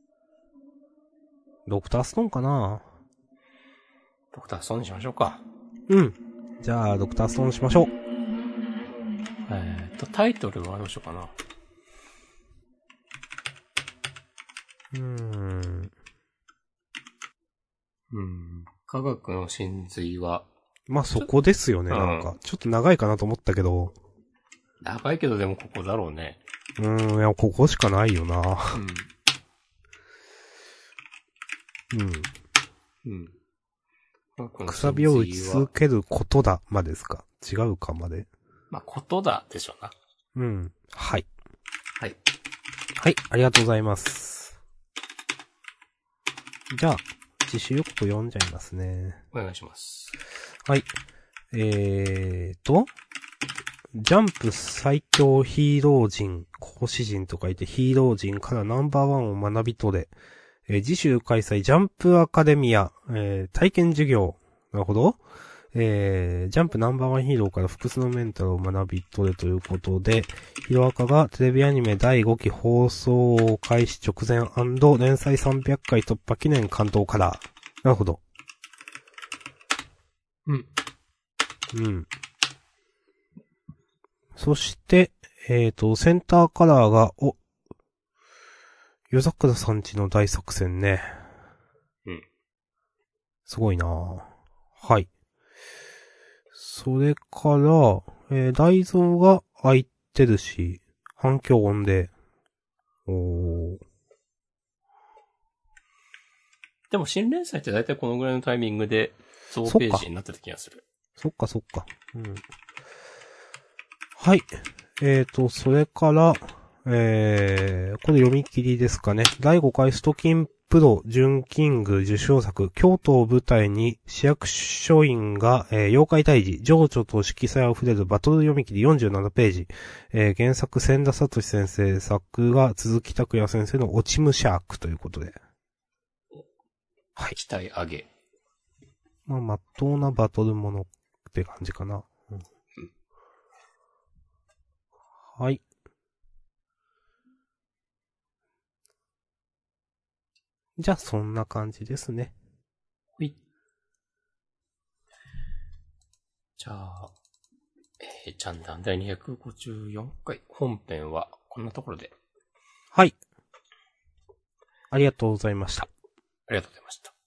Speaker 2: ドクターストーンかな？
Speaker 1: ドクターストーンにしましょうか。
Speaker 2: うん。じゃあ、ドクターストーンしましょう。
Speaker 1: えーと、タイトルはどうしようかな。
Speaker 2: うーん。
Speaker 1: うん。科学の真髄は。
Speaker 2: まあ、そこですよね、なんか。ちょっと長いかなと思ったけど。
Speaker 1: 長いけどでもここだろうね。
Speaker 2: うーん、いや、ここしかないよな。
Speaker 1: うん。
Speaker 2: うん。
Speaker 1: うん。
Speaker 2: くさびを打ち続けることだ、まですか。違うかまで。
Speaker 1: まあ、ことだでしょうな。
Speaker 2: うん。はい。
Speaker 1: はい。
Speaker 2: はい、ありがとうございます。じゃあ、自主予告読んじゃいますね。
Speaker 1: お願いします。
Speaker 2: はい。えーと、 ジャンプ最強ヒーロー人、講師陣と書いてヒーロー人からナンバーワンを学び取れ、えー次週開催ジャンプアカデミア、えー体験授業。なるほど。えージャンプナンバーワンヒーローから複数のメンタルを学び取れということで、ヒロアカがテレビアニメだいごき放送開始直前&連載さんびゃっかい突破記念関東カラー。なるほど。
Speaker 1: うん。
Speaker 2: うん。そして、えっと、センターカラーが、お、夜桜さんちの大作戦ね。
Speaker 1: うん。
Speaker 2: すごいなぁ。はい。それから、えー、大蔵が空いてるし、反響音で。おー。
Speaker 1: でも新連載って大体このぐらいのタイミングで、増ページになってた気がする。
Speaker 2: そっかそっか。うん。はい。えーと、それから、えー、これ読み切りですかね。だいごかいストキンプロ準キング受賞作、京都を舞台に市役所員が、えー、妖怪退治、情緒と色彩あふれるバトル読み切りよんじゅうななページ。えー、原作千田聡先生、作が鈴木拓也先生の落ち武者悪ということで。はい。
Speaker 1: 期待上げ。
Speaker 2: まあ、まっとうなバトルものって感じかな。うん、はい。じゃあ、そんな感じですね。
Speaker 1: ほい。じゃあ、えー、ジャンダンだいにひゃくごじゅうよんかい本編はこんなところで。
Speaker 2: はい。ありがとうございました。
Speaker 1: ありがとうございました。